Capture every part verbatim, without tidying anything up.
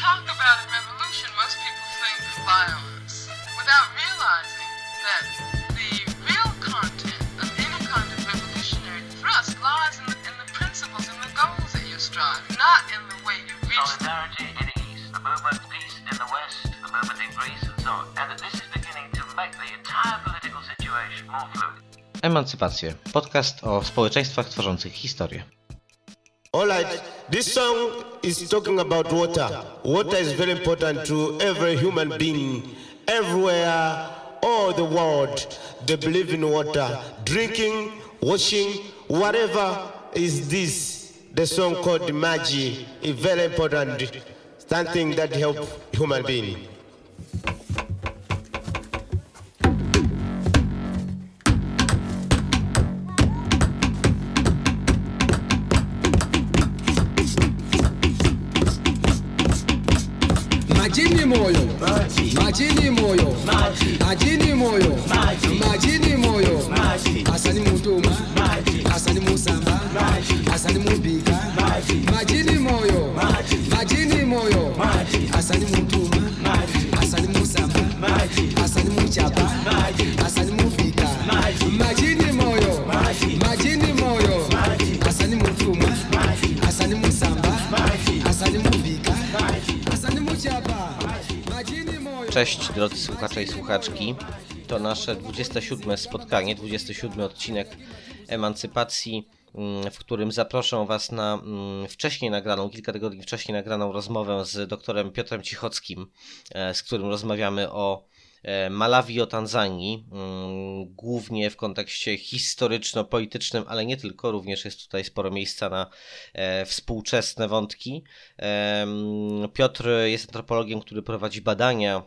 talk about a revolution, most people think violence, without realizing that the real content of any kind of revolutionary thrust lies in the, in the principles and the goals that you strive, not in the way you reach them. Solidarity in the East, the movement peace in the West, the movement in Greece and so on. And that this is beginning to make the entire political situation more fluid. Emancypacje. Podcast o społeczeństwach tworzących historię. Alright, this song is talking about water. Water is very important to every human being, everywhere, all the world. They believe in water. Drinking, washing, whatever is this. The song called Maji is very important, something that helps human being. Majini moyo, majini moyo, majini moyo, majini moyo, asani mutuma, asani musamba, asani mubika, majini moyo, majini moyo, asani mutuma, asani musamba, asani muchapa, asani mubika, majini moyo, majini moyo, asani mutuma, asani musamba, asani mubika, asani muchapa. Cześć drodzy słuchacze i słuchaczki, to nasze dwudzieste siódme spotkanie, dwudziesty siódmy odcinek Emancypacji, w którym zaproszę Was na wcześniej nagraną, kilka tygodni wcześniej nagraną rozmowę z doktorem Piotrem Cichockim, z którym rozmawiamy o Malawi, o Tanzanii, głównie w kontekście historyczno-politycznym, ale nie tylko, również jest tutaj sporo miejsca na współczesne wątki. Piotr jest antropologiem, który prowadzi badania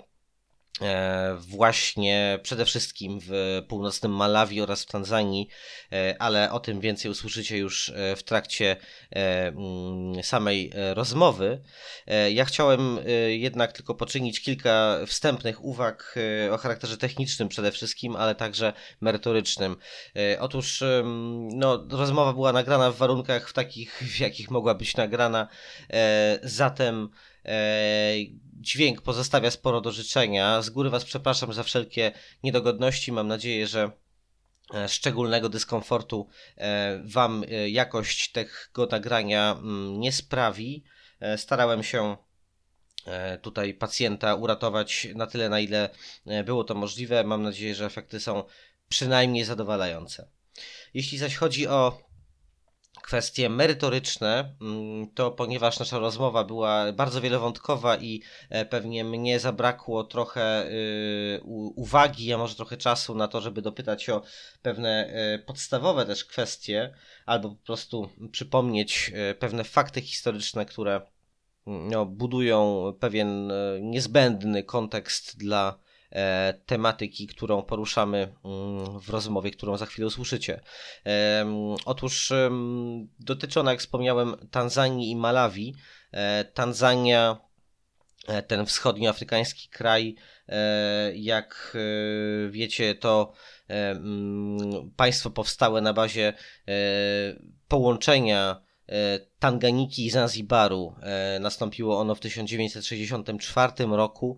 właśnie przede wszystkim w północnym Malawi oraz w Tanzanii, ale o tym więcej usłyszycie już w trakcie samej rozmowy. Ja chciałem jednak tylko poczynić kilka wstępnych uwag o charakterze technicznym przede wszystkim, ale także merytorycznym. Otóż no, rozmowa była nagrana w warunkach w takich, w jakich mogła być nagrana, zatem dźwięk pozostawia sporo do życzenia. Z góry Was przepraszam za wszelkie niedogodności. Mam nadzieję, że szczególnego dyskomfortu Wam jakość tego nagrania nie sprawi. Starałem się tutaj pacjenta uratować na tyle, na ile było to możliwe. Mam nadzieję, że efekty są przynajmniej zadowalające. Jeśli zaś chodzi o kwestie merytoryczne, to ponieważ nasza rozmowa była bardzo wielowątkowa i pewnie mnie zabrakło trochę uwagi, a może trochę czasu na to, żeby dopytać o pewne podstawowe też kwestie, albo po prostu przypomnieć pewne fakty historyczne, które no, budują pewien niezbędny kontekst dla tematyki, którą poruszamy w rozmowie, którą za chwilę usłyszycie. Otóż dotyczy ona, jak wspomniałem, Tanzanii i Malawi. Tanzania, ten wschodnioafrykański kraj, jak wiecie, to państwo powstałe na bazie połączenia Tanganiki i Zanzibaru. Nastąpiło ono w tysiąc dziewięćset sześćdziesiątym czwartym roku.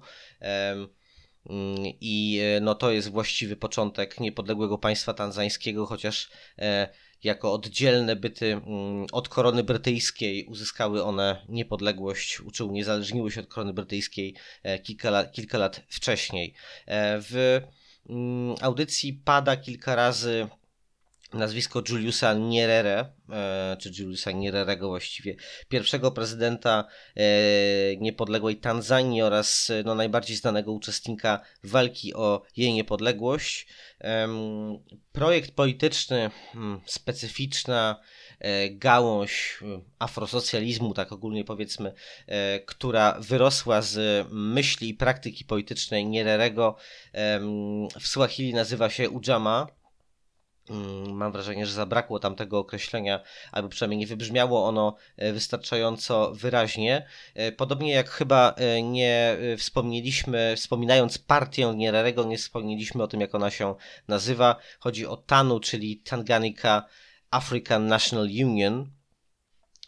I no to jest właściwy początek niepodległego państwa tanzańskiego, chociaż e, jako oddzielne byty m, od korony brytyjskiej uzyskały one niepodległość, czy uniezależniły się od korony brytyjskiej e, kilka, lat, kilka lat wcześniej. E, w m, audycji pada kilka razy nazwisko Juliusa Nyerere, e, czy Juliusa Nyererego właściwie, pierwszego prezydenta e, niepodległej Tanzanii oraz no, najbardziej znanego uczestnika walki o jej niepodległość. E, projekt polityczny, m, specyficzna e, gałąź afrosocjalizmu, tak ogólnie powiedzmy, e, która wyrosła z myśli i praktyki politycznej Nyererego, e, w Swahili nazywa się Ujamaa. Mam wrażenie, że zabrakło tam tego określenia, albo przynajmniej nie wybrzmiało ono wystarczająco wyraźnie. Podobnie jak chyba nie wspomnieliśmy, wspominając partię Nyererego, nie wspomnieliśmy o tym, jak ona się nazywa. Chodzi o TANU, czyli Tanganyika African National Union.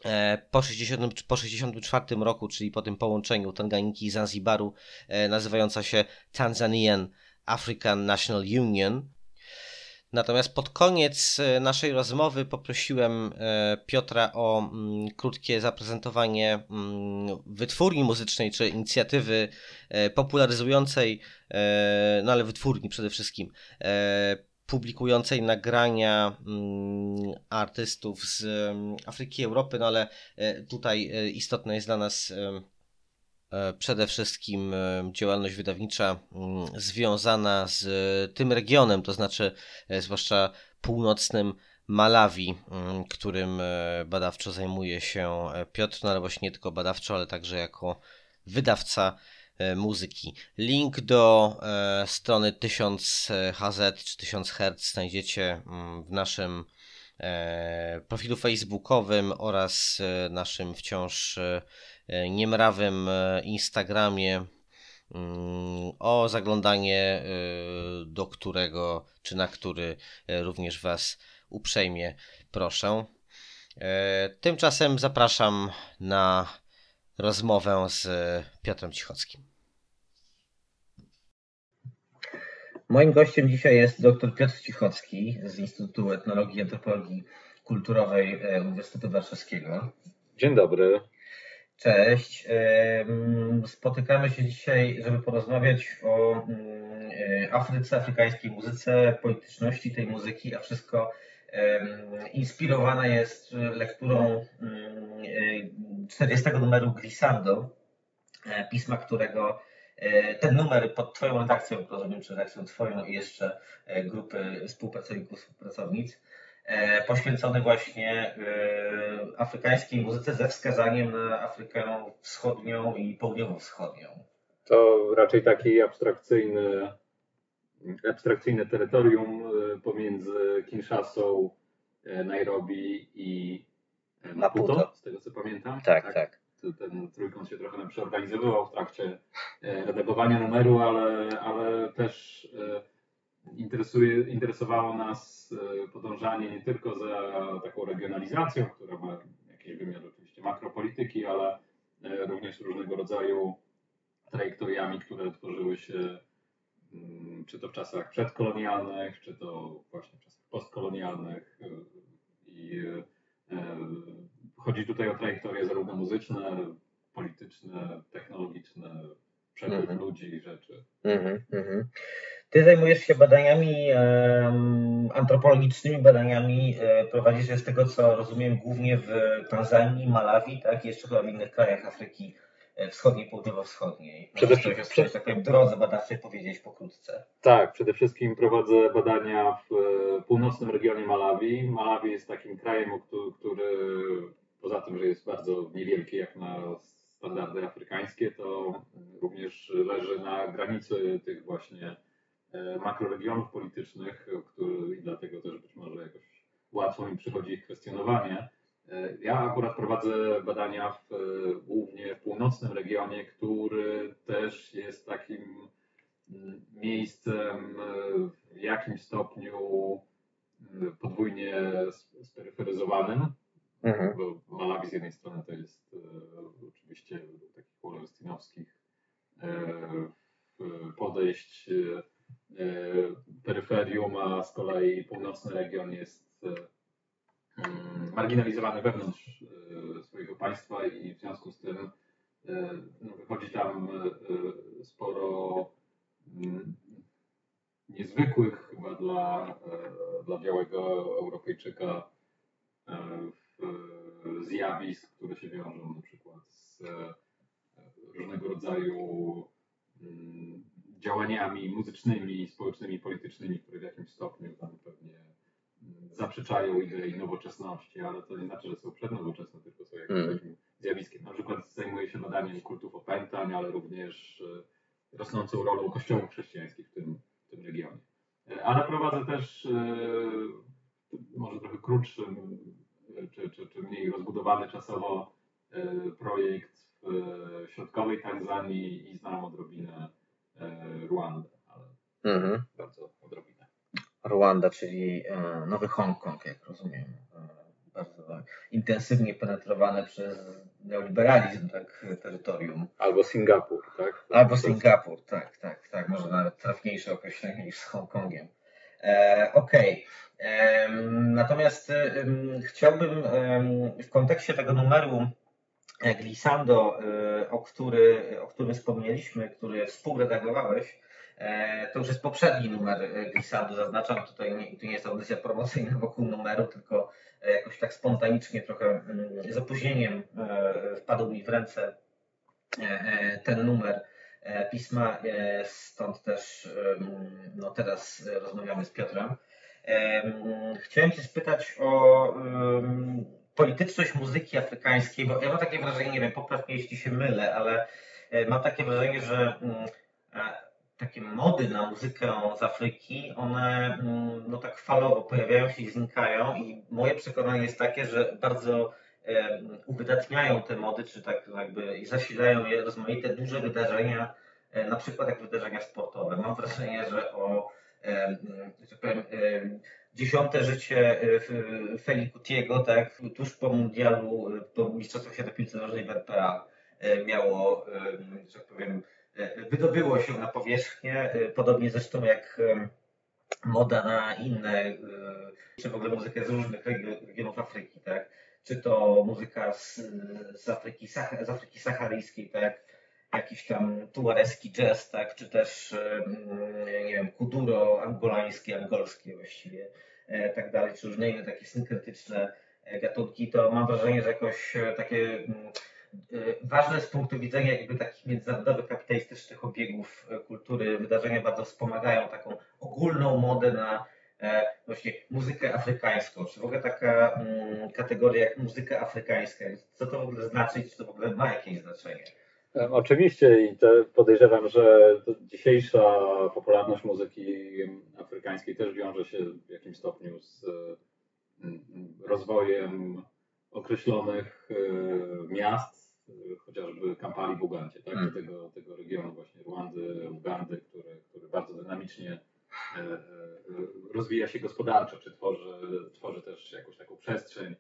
Po sześćdziesiątym, po sześćdziesiątym czwartym roku, czyli po tym połączeniu Tanganiki i Zanzibaru, nazywająca się Tanzanian African National Union. Natomiast pod koniec naszej rozmowy poprosiłem Piotra o krótkie zaprezentowanie wytwórni muzycznej, czy inicjatywy popularyzującej, no ale wytwórni przede wszystkim, publikującej nagrania artystów z Afryki i Europy, no ale tutaj istotna jest dla nas przede wszystkim działalność wydawnicza związana z tym regionem, to znaczy zwłaszcza północnym Malawi, którym badawczo zajmuje się Piotr, no ale właśnie nie tylko badawczo, ale także jako wydawca muzyki. Link do strony tysiąc H Z czy tysiąc hertz znajdziecie w naszym profilu facebookowym oraz naszym wciąż niemrawym Instagramie, o zaglądanie do którego czy na który również Was uprzejmie proszę. Tymczasem zapraszam na rozmowę z Piotrem Cichockim. Moim gościem dzisiaj jest dr Piotr Cichocki z Instytutu Etnologii i Antropologii Kulturowej Uniwersytetu Warszawskiego. Dzień dobry. Cześć. Spotykamy się dzisiaj, żeby porozmawiać o Afryce, afrykańskiej muzyce, polityczności tej muzyki, a wszystko inspirowane jest lekturą czterdziestego numeru Glissando, pisma, którego ten numer pod Twoją redakcją, rozumiem, czy redakcją Twoją i jeszcze grupy współpracowników, współpracownic, poświęcony właśnie afrykańskiej muzyce ze wskazaniem na Afrykę Wschodnią i Południowo-Wschodnią. To raczej taki abstrakcyjny, abstrakcyjne terytorium pomiędzy Kinshasą, Nairobi i Maputo, Maputo, z tego co pamiętam. Tak, tak. tak. Ten trójkąt się trochę nam przeorganizował w trakcie redagowania numeru, ale, ale też interesuje, interesowało nas podążanie nie tylko za taką regionalizacją, która ma jakiś wymiar oczywiście makropolityki, ale również różnego rodzaju trajektoriami, które tworzyły się czy to w czasach przedkolonialnych, czy to właśnie w czasach postkolonialnych. I chodzi tutaj o trajektorie zarówno muzyczne, polityczne, technologiczne, przepływ mm-hmm. ludzi i rzeczy. Mm-hmm, mm-hmm. Ty zajmujesz się badaniami um, antropologicznymi, badaniami e, prowadzisz je z tego, co rozumiem, głównie w Tanzanii, Malawi, tak, i jeszcze chyba w innych krajach Afryki Wschodniej, Południowo-Wschodniej. Przede wszystkim, tak powiem, drodze badawczej powiedzieć pokrótce. Tak, przede wszystkim prowadzę badania w północnym regionie Malawi. Malawi jest takim krajem, który poza tym, że jest bardzo niewielki jak na standardy afrykańskie, to również leży na granicy tych właśnie makroregionów politycznych, który, i dlatego też być może jakoś łatwo mi przychodzi ich kwestionowanie. Ja akurat prowadzę badania w, głównie w północnym regionie, który też jest takim miejscem w jakimś stopniu podwójnie speryferyzowanym, mhm. bo Malawi z jednej strony to jest e, oczywiście takich wallersteinowskich e, podejść e, peryferium, a z kolei północny region jest e, marginalizowany wewnątrz swojego państwa i w związku z tym no, wychodzi tam sporo niezwykłych chyba dla, dla białego Europejczyka zjawisk, które się wiążą na przykład z różnego rodzaju działaniami muzycznymi, społecznymi, politycznymi, które w jakimś stopniu tam pewnie zaprzeczają idei nowoczesności, ale to nie znaczy, że są przednowoczesne, tylko są jakimś mm. takim zjawiskiem. Na przykład zajmuję się badaniem kultów opętań, ale również rosnącą rolą kościołów chrześcijańskich w tym, w tym regionie. Ale prowadzę też może trochę krótszy, czy, czy, czy mniej rozbudowany czasowo projekt w środkowej Tanzanii i znam odrobinę Ruandę, ale mm. bardzo odrobinę. Ruanda, czyli Nowy Hongkong, jak rozumiem. bardzo intensywnie penetrowane przez neoliberalizm, tak, terytorium. Albo Singapur, tak? Albo Singapur, tak, tak, tak, może nawet trafniejsze określenie niż z Hongkongiem. E, Okej. Okay. E, natomiast e, chciałbym e, w kontekście tego numeru Glissando, e, o, który, o którym wspomnieliśmy, który współredagowałeś, e, to już jest poprzedni numer Glissando, zaznaczam, tutaj nie, to nie jest audycja promocyjna wokół numeru, tylko jakoś tak spontanicznie, trochę z opóźnieniem e, wpadł mi w ręce e, ten numer pisma, stąd też no teraz rozmawiamy z Piotrem. Chciałem Cię spytać o polityczność muzyki afrykańskiej, bo ja mam takie wrażenie, nie wiem, popraw mnie jeśli się mylę, ale mam takie wrażenie, że takie mody na muzykę z Afryki, one no tak falowo pojawiają się i znikają i moje przekonanie jest takie, że bardzo uwydatniają te mody, czy tak jakby zasilają je rozmaite duże wydarzenia, na przykład jak wydarzenia sportowe. Mam wrażenie, że o że tak powiem, dziesiąte życie Feli Kutiego, tak, tuż po mundialu, po mistrzostwach świata piłce nożnej w R P A miało, że tak powiem, wydobyło się na powierzchnię, podobnie zresztą jak moda na inne, czy w ogóle muzykę z różnych regionów Afryki, tak? Czy to muzyka z, z, Afryki, z Afryki Saharyjskiej, tak? Jakiś tam tuareski jazz, tak? Czy też, nie wiem, kuduro angolańskie, angolskie właściwie, tak dalej, czy różne inne takie synkretyczne gatunki, to mam wrażenie, że jakoś takie ważne z punktu widzenia jakby takich międzynarodowych, kapitalistycznych obiegów kultury wydarzenia bardzo wspomagają taką ogólną modę na właśnie muzykę afrykańską, czy w ogóle taka mm, kategoria jak muzyka afrykańska. Co to w ogóle znaczy i czy to w ogóle ma jakieś znaczenie? Oczywiście i to podejrzewam, że dzisiejsza popularność muzyki afrykańskiej też wiąże się w jakimś stopniu z rozwojem określonych miast, chociażby Kampali w Ugandzie, tak? hmm. tego, tego regionu właśnie Rwandy, Ugandy, który, który bardzo dynamicznie rozwija się gospodarczo, czy tworzy, tworzy też jakąś taką przestrzeń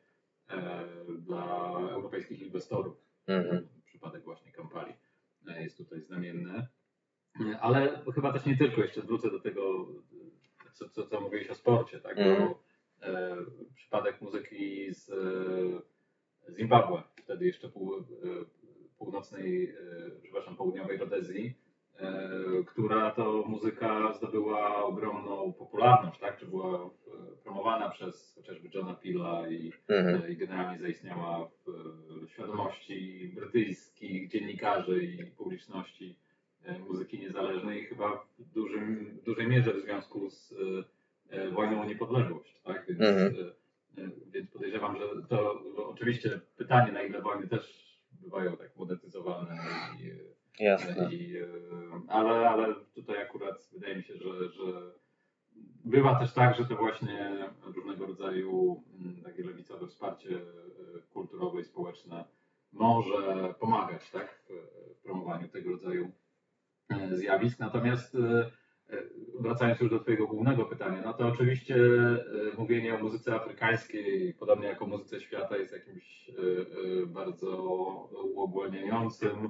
dla europejskich inwestorów. Hmm. Przypadek właśnie Kampali jest tutaj znamienny. Ale chyba też nie tylko, jeszcze wrócę do tego, co, co, co mówiłeś o sporcie, tak? Hmm. Bo, e, przypadek muzyki z Zimbabwe, wtedy jeszcze pół, północnej, przepraszam, południowej Rodezji, która to muzyka zdobyła ogromną popularność, tak? Czy była promowana przez chociażby Johna Pilla i, mhm. i generalnie zaistniała w świadomości brytyjskich dziennikarzy i publiczności muzyki niezależnej, chyba w dużym, dużej mierze w związku z wojną o niepodległość, tak? Więc, mhm. więc podejrzewam, że to oczywiście pytanie, na ile wojny też bywają tak monetyzowane i, Jasne. i ale, ale tutaj akurat wydaje mi się, że, że bywa też tak, że to właśnie różnego rodzaju takie lewicowe wsparcie kulturowe i społeczne może pomagać, tak, w, w promowaniu tego rodzaju zjawisk. Natomiast wracając już do twojego głównego pytania, no to oczywiście mówienie o muzyce afrykańskiej, podobnie jak o muzyce świata, jest jakimś bardzo uogólniającym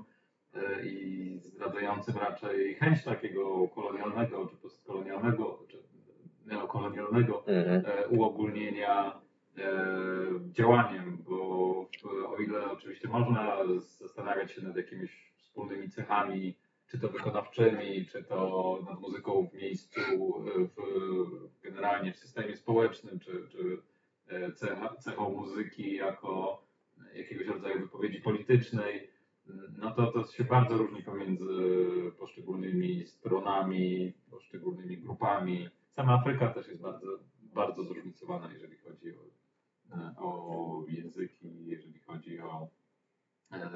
i zdradzającym raczej chęć takiego kolonialnego, czy postkolonialnego, czy neokolonialnego mhm. uogólnienia działaniem, bo o ile oczywiście można zastanawiać się nad jakimiś wspólnymi cechami, czy to wykonawczymi, czy to nad muzyką w miejscu, w, generalnie w systemie społecznym, czy, czy cecha, cechą muzyki jako jakiegoś rodzaju wypowiedzi politycznej, no to to się bardzo różni pomiędzy poszczególnymi stronami, poszczególnymi grupami. Sama Afryka też jest bardzo, bardzo zróżnicowana, jeżeli chodzi o, o języki, jeżeli chodzi o e,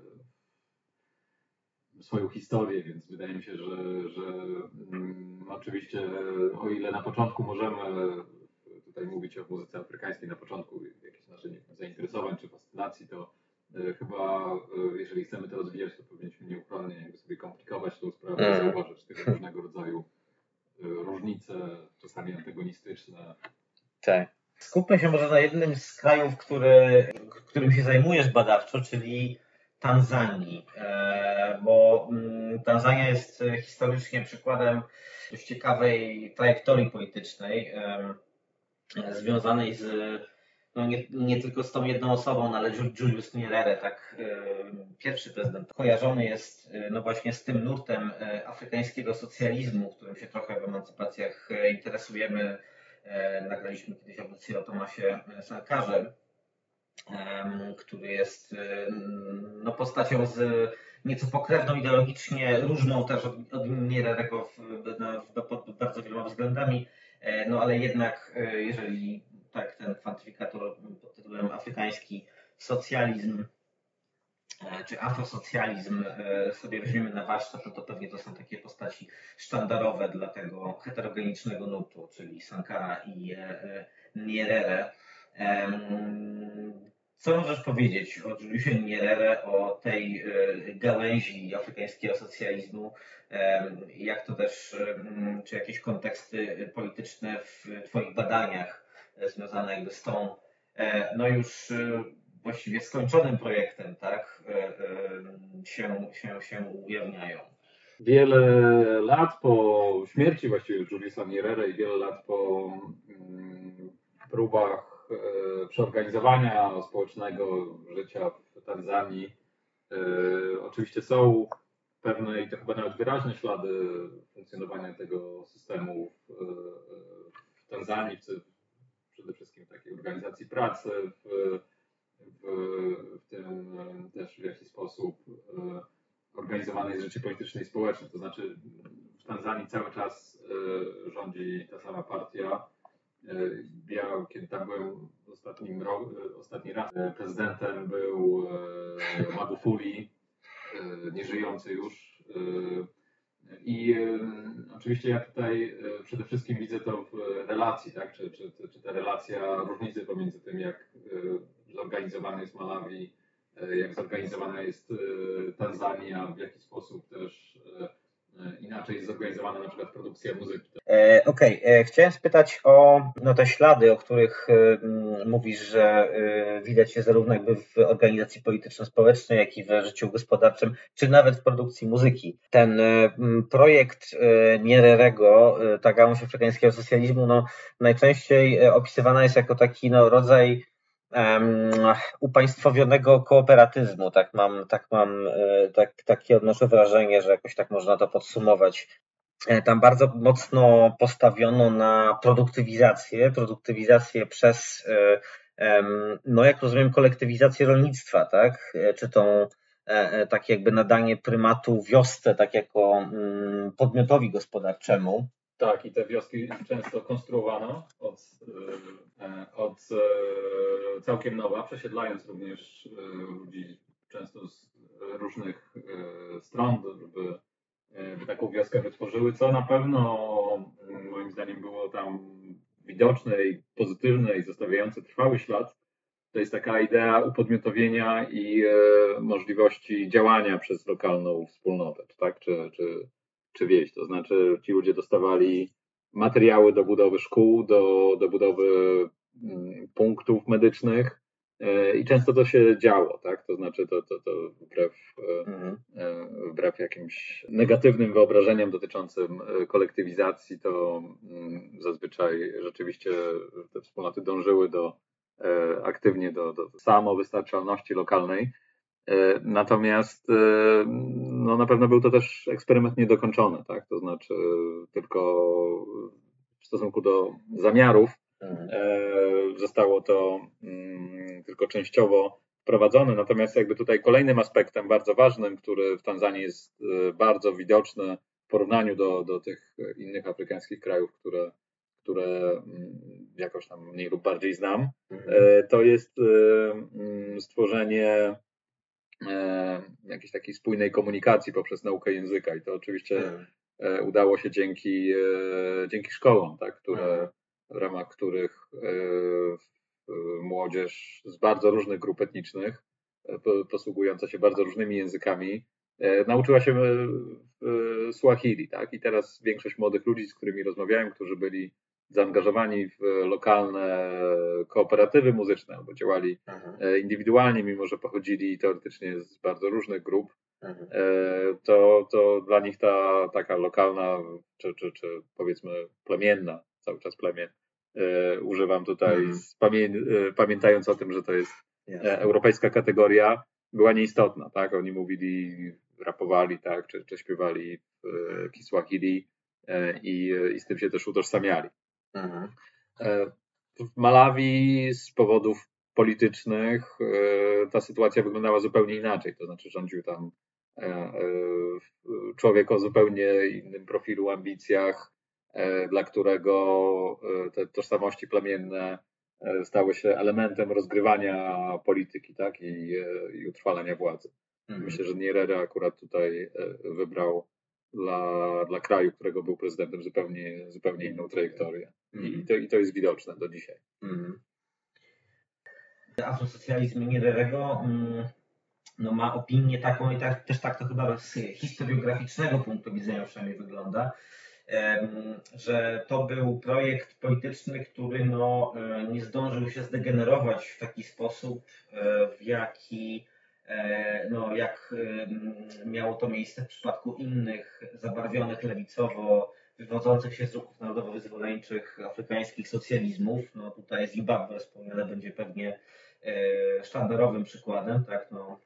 swoją historię, więc wydaje mi się, że, że mm, oczywiście o ile na początku możemy tutaj mówić o muzyce afrykańskiej, na początku jakichś naszych zainteresowań czy fascynacji, to y, chyba y, jeżeli chcemy to rozwijać, to powinniśmy nieuchronnie jakby sobie komplikować tą sprawę i zauważyć tego różnego rodzaju y, różnice, czasami antagonistyczne. Tak. Skupmy się może na jednym z krajów, który, którym się zajmujesz badawczo, czyli Tanzanii, bo Tanzania jest historycznie przykładem dość ciekawej trajektorii politycznej związanej z, no nie, nie tylko z tą jedną osobą, no ale Julius Nyerere, tak, pierwszy prezydent, kojarzony jest no właśnie z tym nurtem afrykańskiego socjalizmu, którym się trochę w emancypacjach interesujemy. Nagraliśmy kiedyś audycję o Thomasie Sankarze, który jest no, postacią z nieco pokrewną ideologicznie, różną też od, od Nyererego pod bardzo wieloma względami, no ale jednak jeżeli tak ten kwantyfikator pod tytułem afrykański socjalizm czy afrosocjalizm sobie weźmiemy na warsztat, no to pewnie to są takie postaci sztandarowe dla tego heterogenicznego nurtu, czyli Sankara i Nyerere. Co możesz powiedzieć o Juliusie Nyerere, o tej gałęzi afrykańskiego socjalizmu? Jak to też, czy jakieś konteksty polityczne w Twoich badaniach związane jakby z tą, no już właściwie skończonym projektem, tak, się, się, się ujawniają? Wiele lat po śmierci właściwie Juliusa Nyerere i wiele lat po próbach przeorganizowania społecznego życia w Tanzanii oczywiście są pewne i to chyba nawet wyraźne ślady funkcjonowania tego systemu w, w Tanzanii, w, przede wszystkim takiej organizacji pracy, w, w, w tym też w jaki sposób organizowanej jest życie polityczne i społeczne. To znaczy w Tanzanii cały czas rządzi ta sama partia. Ja kiedy tam byłem ostatnim rok, ostatni raz, prezydentem był Magufuli, nieżyjący już. I oczywiście ja tutaj przede wszystkim widzę to w relacji, tak? Czy, czy, czy ta relacja, różnicy pomiędzy tym, jak zorganizowany jest Malawi, jak zorganizowana jest Tanzania, w jaki sposób też inaczej jest zorganizowana na przykład produkcja muzyki. E, Okej, okay. Chciałem spytać o no, te ślady, o których y, mówisz, że y, widać je zarówno jakby w organizacji polityczno-społecznej, jak i w życiu gospodarczym, czy nawet w produkcji muzyki. Ten y, projekt y, Nyererego, y, ta gałąź afrykańskiego socjalizmu, no, najczęściej opisywana jest jako taki no, rodzaj um, upaństwowionego kooperatyzmu. Tak mam, tak mam y, tak, takie odnoszę wrażenie, że jakoś tak można to podsumować. Tam bardzo mocno postawiono na produktywizację, produktywizację przez, no jak rozumiem, kolektywizację rolnictwa, tak? Czy tą takie jakby nadanie prymatu wiosce, tak jako podmiotowi gospodarczemu. Tak, i te wioski często konstruowano od, od całkiem nowa, przesiedlając również ludzi często z różnych stron, żeby by taką wioskę wytworzyły, co na pewno moim zdaniem było tam widoczne i pozytywne i zostawiające trwały ślad. To jest taka idea upodmiotowienia i e, możliwości działania przez lokalną wspólnotę, tak? czy, czy, czy wieś. To znaczy ci ludzie dostawali materiały do budowy szkół, do, do budowy mm, punktów medycznych, i często to się działo, tak? To znaczy to, to, to wbrew, mhm. wbrew jakimś negatywnym wyobrażeniom dotyczącym kolektywizacji, to zazwyczaj rzeczywiście te wspólnoty dążyły do aktywnie do, do samowystarczalności lokalnej. Natomiast no, na pewno był to też eksperyment niedokończony, tak? To znaczy tylko w stosunku do zamiarów zostało to tylko częściowo wprowadzone. Natomiast jakby tutaj kolejnym aspektem bardzo ważnym, który w Tanzanii jest bardzo widoczny w porównaniu do, do tych innych afrykańskich krajów, które, które jakoś tam mniej lub bardziej znam, to jest stworzenie jakiejś takiej spójnej komunikacji poprzez naukę języka i to oczywiście udało się dzięki, dzięki szkołom, tak, które w ramach których młodzież z bardzo różnych grup etnicznych, posługująca się bardzo różnymi językami, nauczyła się Swahili, tak? I teraz większość młodych ludzi, z którymi rozmawiałem, którzy byli zaangażowani w lokalne kooperatywy muzyczne, albo działali mhm. indywidualnie, mimo że pochodzili teoretycznie z bardzo różnych grup, mhm. to, to dla nich ta taka lokalna, czy, czy, czy powiedzmy plemienna, cały czas plemię, używam tutaj, mhm. z pamię- pamiętając o tym, że to jest Jasne. europejska kategoria, była nieistotna, tak? Oni mówili, rapowali, tak, czy, czy śpiewali w Kiswahili i, i z tym się też utożsamiali. Mhm. W Malawi z powodów politycznych ta sytuacja wyglądała zupełnie inaczej, to znaczy rządził tam człowiek o zupełnie innym profilu, ambicjach, dla którego te tożsamości plemienne stały się elementem rozgrywania polityki, tak, i, i utrwalania władzy. Mhm. Myślę, że Nyerere akurat tutaj wybrał dla, dla kraju, którego był prezydentem, zupełnie, zupełnie inną trajektorię. Mm. I, to, I to jest widoczne do dzisiaj. Mm. Afrosocjalizm Nyererego no, ma opinię taką i tak, też tak to chyba z historiograficznego punktu widzenia przynajmniej wygląda, że to był projekt polityczny, który no, nie zdążył się zdegenerować w taki sposób, w jaki no, jak miało to miejsce w przypadku innych zabarwionych lewicowo wywodzących się z ruchów narodowo-wyzwoleńczych afrykańskich socjalizmów. No, tutaj Zimbabwe wspomniane będzie pewnie sztandarowym przykładem, tak, no,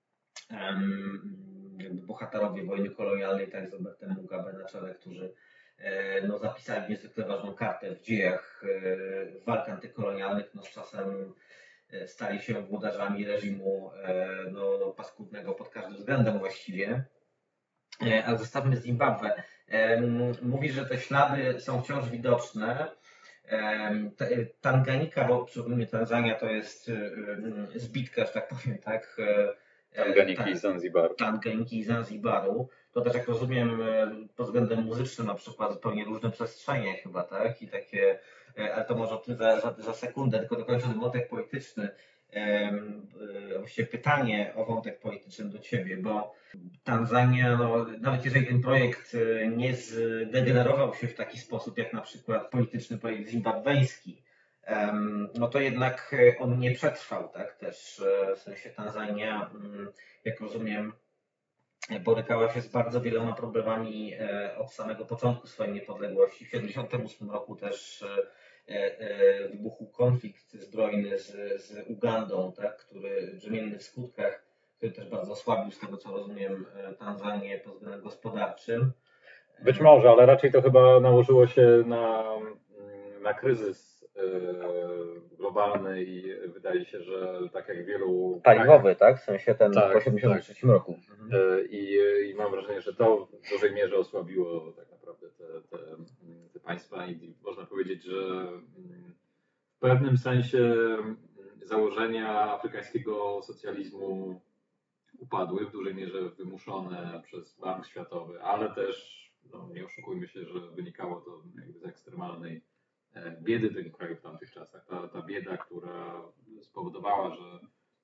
jakby bohaterowie wojny kolonialnej, tak, z Robertem Mugabe na czele, którzy no, zapisali niezwykle ważną kartę w dziejach walk antykolonialnych, no, z czasem stali się włodarzami reżimu no, paskudnego pod każdym względem właściwie. Ale zostawmy Zimbabwe. Mówi, że te ślady są wciąż widoczne. Tanganika, bo przypomnę, Tanzania to jest zbitka, że tak powiem, tak? Tanganiki i Zanzibaru. Tanganiki i Zanzibaru. To też, jak rozumiem, pod względem muzycznym na przykład zupełnie różne przestrzenie chyba, tak? I takie, ale to może za, za, za sekundę, tylko dokończę ten wątek polityczny. Właściwie pytanie o wątek polityczny do Ciebie, bo Tanzania, no, nawet jeżeli ten projekt nie zdegenerował się w taki sposób, jak na przykład polityczny projekt zimbabweński, no to jednak on nie przetrwał, tak? Też w sensie Tanzania, jak rozumiem, borykała się z bardzo wieloma problemami od samego początku swojej niepodległości. W tysiąc dziewięćset siedemdziesiątym ósmym roku też wybuchł konflikt zbrojny z, z Ugandą, tak, który brzemienny w skutkach, który też bardzo osłabił, z tego co rozumiem, Tanzanię pod względem gospodarczym. Być może, ale raczej to chyba nałożyło się na, na kryzys globalny i wydaje się, że tak jak wielu... Paliwowy, tak? W sensie ten tak, w osiemdziesiątym trzecim tak. roku. Mhm. I, I mam wrażenie, że to w dużej mierze osłabiło tak naprawdę te, te, te państwa i można powiedzieć, że w pewnym sensie założenia afrykańskiego socjalizmu upadły, w dużej mierze wymuszone przez Bank Światowy, ale też, no, nie oszukujmy się, że wynikało to jakby z ekstremalnej biedy tego kraju w tamtych czasach. Ta, ta bieda, która spowodowała, że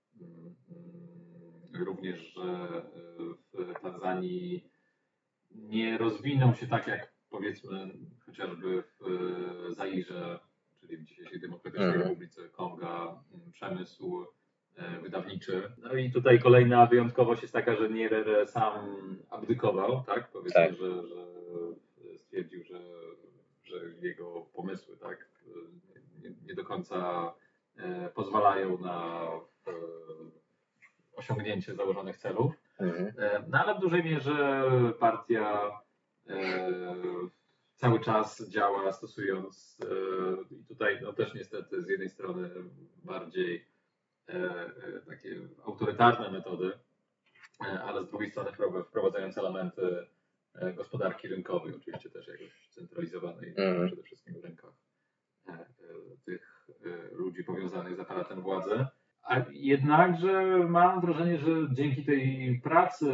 mm, również, że w Tanzanii nie rozwinął się tak jak powiedzmy chociażby w Zairze, czyli w dzisiejszej Demokratycznej mm. Republice Konga, przemysł wydawniczy. No i tutaj kolejna wyjątkowość jest taka, że Nyerere sam abdykował, tak? Powiedzmy, tak. Że, że stwierdził, że że jego pomysły, tak, nie, nie do końca e, pozwalają na e, osiągnięcie założonych celów. Mhm. E, no ale w dużej mierze partia e, cały czas działa stosując e, i tutaj no, też niestety z jednej strony bardziej e, e, takie autorytarne metody, e, ale z drugiej strony wprowadzając elementy gospodarki rynkowej, oczywiście też jakoś centralizowanej, mm. przede wszystkim w rękach tych ludzi powiązanych z aparatem władzy. A jednakże mam wrażenie, że dzięki tej pracy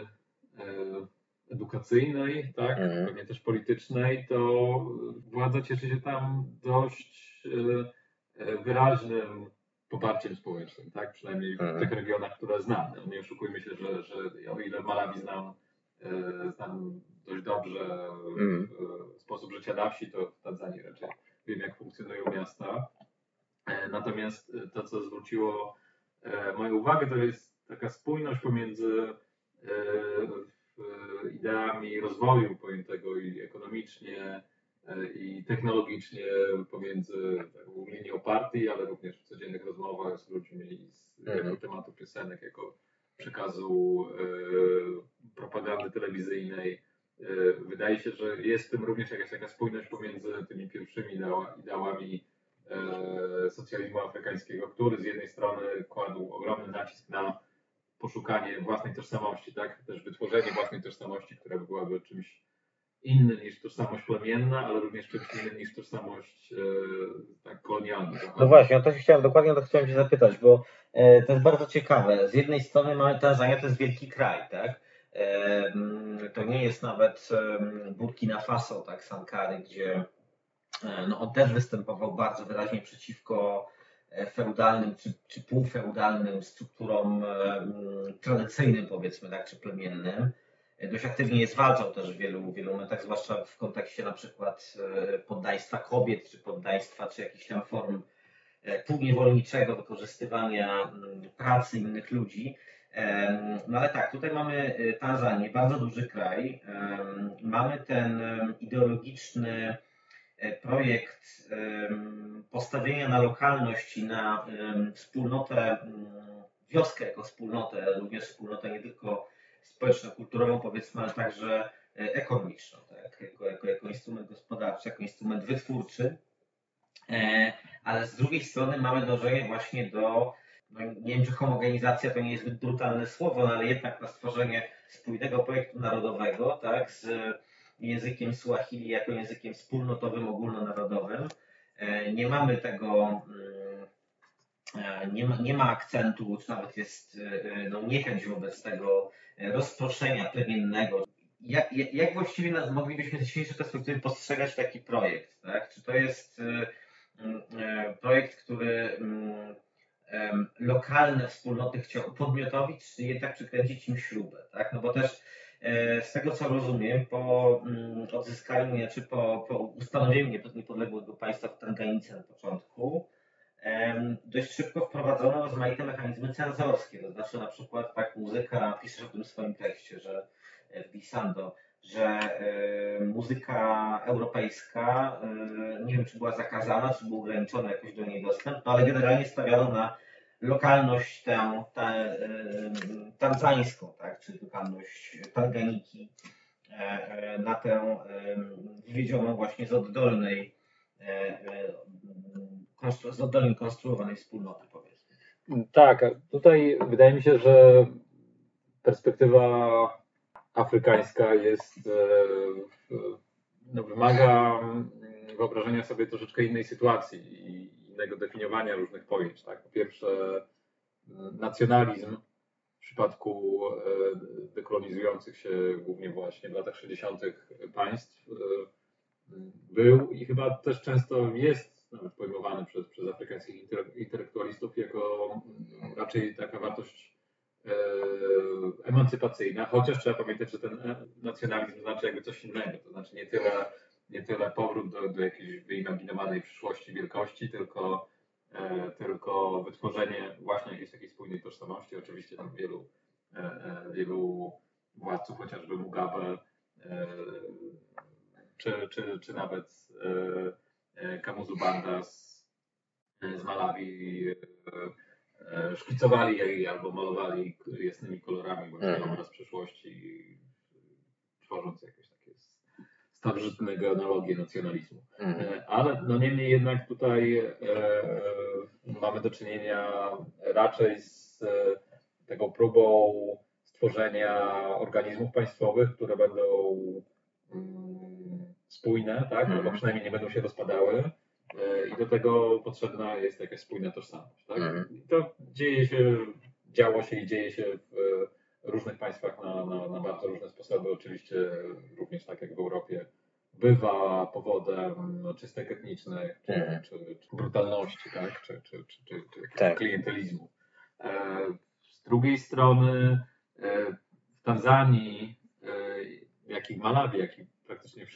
edukacyjnej, tak, mm. pewnie też politycznej, to władza cieszy się tam dość wyraźnym poparciem społecznym, tak, przynajmniej w mm. tych regionach, które znam. No, nie oszukujmy się, że, że o ile Malawi znam znam dość dobrze mm. sposób życia na wsi, to w Tanzanii raczej wiem jak funkcjonują miasta. Natomiast to, co zwróciło moją uwagę, to jest taka spójność pomiędzy ideami rozwoju pojętego i ekonomicznie, i technologicznie, pomiędzy taką linią partii, ale również w codziennych rozmowach z ludźmi z jako tematu piosenek, jako przekazu propagandy telewizyjnej. Wydaje się, że jest w tym również jakaś taka spójność pomiędzy tymi pierwszymi ideałami socjalizmu afrykańskiego, który z jednej strony kładł ogromny nacisk na poszukanie własnej tożsamości, tak? Też wytworzenie własnej tożsamości, która byłaby czymś innym niż tożsamość plemienna, ale również czymś innym niż tożsamość e, tak kolonialna. No właśnie, o to się chciałem, dokładnie o to chciałem Cię zapytać, bo e, to jest bardzo ciekawe. Z jednej strony mamy Tanzania, to jest wielki kraj, tak? E, to nie jest nawet e, Burkina Faso, tak, Sankary, gdzie e, no, on też występował bardzo wyraźnie przeciwko feudalnym czy, czy półfeudalnym strukturom e, tradycyjnym, powiedzmy tak, czy plemiennym. Dość aktywnie zwalczał też w wielu, wielu momentach, zwłaszcza w kontekście na przykład poddaństwa kobiet, czy poddaństwa, czy jakichś tam form półniewolniczego wykorzystywania pracy innych ludzi. No ale tak, tutaj mamy Tanzanię, bardzo duży kraj. Mamy ten ideologiczny projekt postawienia na lokalność i na wspólnotę, wioskę jako wspólnotę, również wspólnotę nie tylko społeczno-kulturową, powiedzmy, ale także ekonomiczną, tak? jako, jako, jako instrument gospodarczy, jako instrument wytwórczy. Ale z drugiej strony mamy dążenie właśnie do, no nie wiem, czy homogenizacja to nie jest zbyt brutalne słowo, no ale jednak na stworzenie spójnego projektu narodowego, tak, z językiem Swahili jako językiem wspólnotowym, ogólnonarodowym. Nie mamy tego, nie ma, nie ma akcentu, czy nawet jest no, niechęć wobec tego rozproszenia plemiennego. Jak, jak, jak właściwie nas moglibyśmy z dzisiejszej perspektywy postrzegać taki projekt? Tak? Czy to jest projekt, który lokalne wspólnoty chciał upodmiotowić, czy jednak przykręcić im śrubę? Tak? No bo też z tego, co rozumiem, po odzyskaniu, czy po, po ustanowieniu niepodległego państwa w Tanganice na początku, dość szybko wprowadzono rozmaite mechanizmy cenzorskie. To znaczy na przykład tak muzyka, piszesz o tym w swoim tekście, że w Glissando, że muzyka europejska, nie wiem czy była zakazana, czy był ograniczony jakoś do niej dostęp, no ale generalnie stawiano na lokalność tę, tę tanzańską, tak, czy lokalność Tanganiki, na tę wywiedzioną właśnie z oddolnej, z oddolnie konstruowanej wspólnoty, powiedzmy. Tak, tutaj wydaje mi się, że perspektywa afrykańska jest, no, wymaga wyobrażenia sobie troszeczkę innej sytuacji i innego definiowania różnych pojęć. Tak? Po pierwsze, nacjonalizm w przypadku dekolonizujących się głównie właśnie w latach sześćdziesiątych państw był i chyba też często jest nawet pojmowany przez, przez afrykańskich intelektualistów jako raczej taka wartość emancypacyjna, chociaż trzeba pamiętać, że ten nacjonalizm znaczy jakby coś innego, to znaczy nie tyle, nie tyle powrót do, do jakiejś wyimaginowanej przyszłości wielkości, tylko, e, tylko wytworzenie właśnie jakiejś takiej spójnej tożsamości. Oczywiście tam wielu, e, wielu władców, chociażby Mugabe, e, czy, czy, czy nawet e, Kamuzu Banda z, z Malawi e, szkicowali jej albo malowali jasnymi kolorami właśnie obraz przeszłości, tworząc jakieś takie starożytne genealogie nacjonalizmu. Ale no niemniej jednak tutaj e, mamy do czynienia raczej z e, taką próbą stworzenia organizmów państwowych, które będą mm, spójne, tak? Albo przynajmniej nie będą się rozpadały. I do tego potrzebna jest jakaś spójna tożsamość. Tak? I to dzieje się, działo się i dzieje się w różnych państwach na, na, na bardzo różne sposoby. Oczywiście również tak jak w Europie bywa powodem no, czystek etnicznych, czy, czy, czy brutalności, tak? czy, czy, czy, czy, czy jakiegoś tak. klientelizmu. Z drugiej strony w Tanzanii, jak i w Malawi, jak i praktycznie wszystkich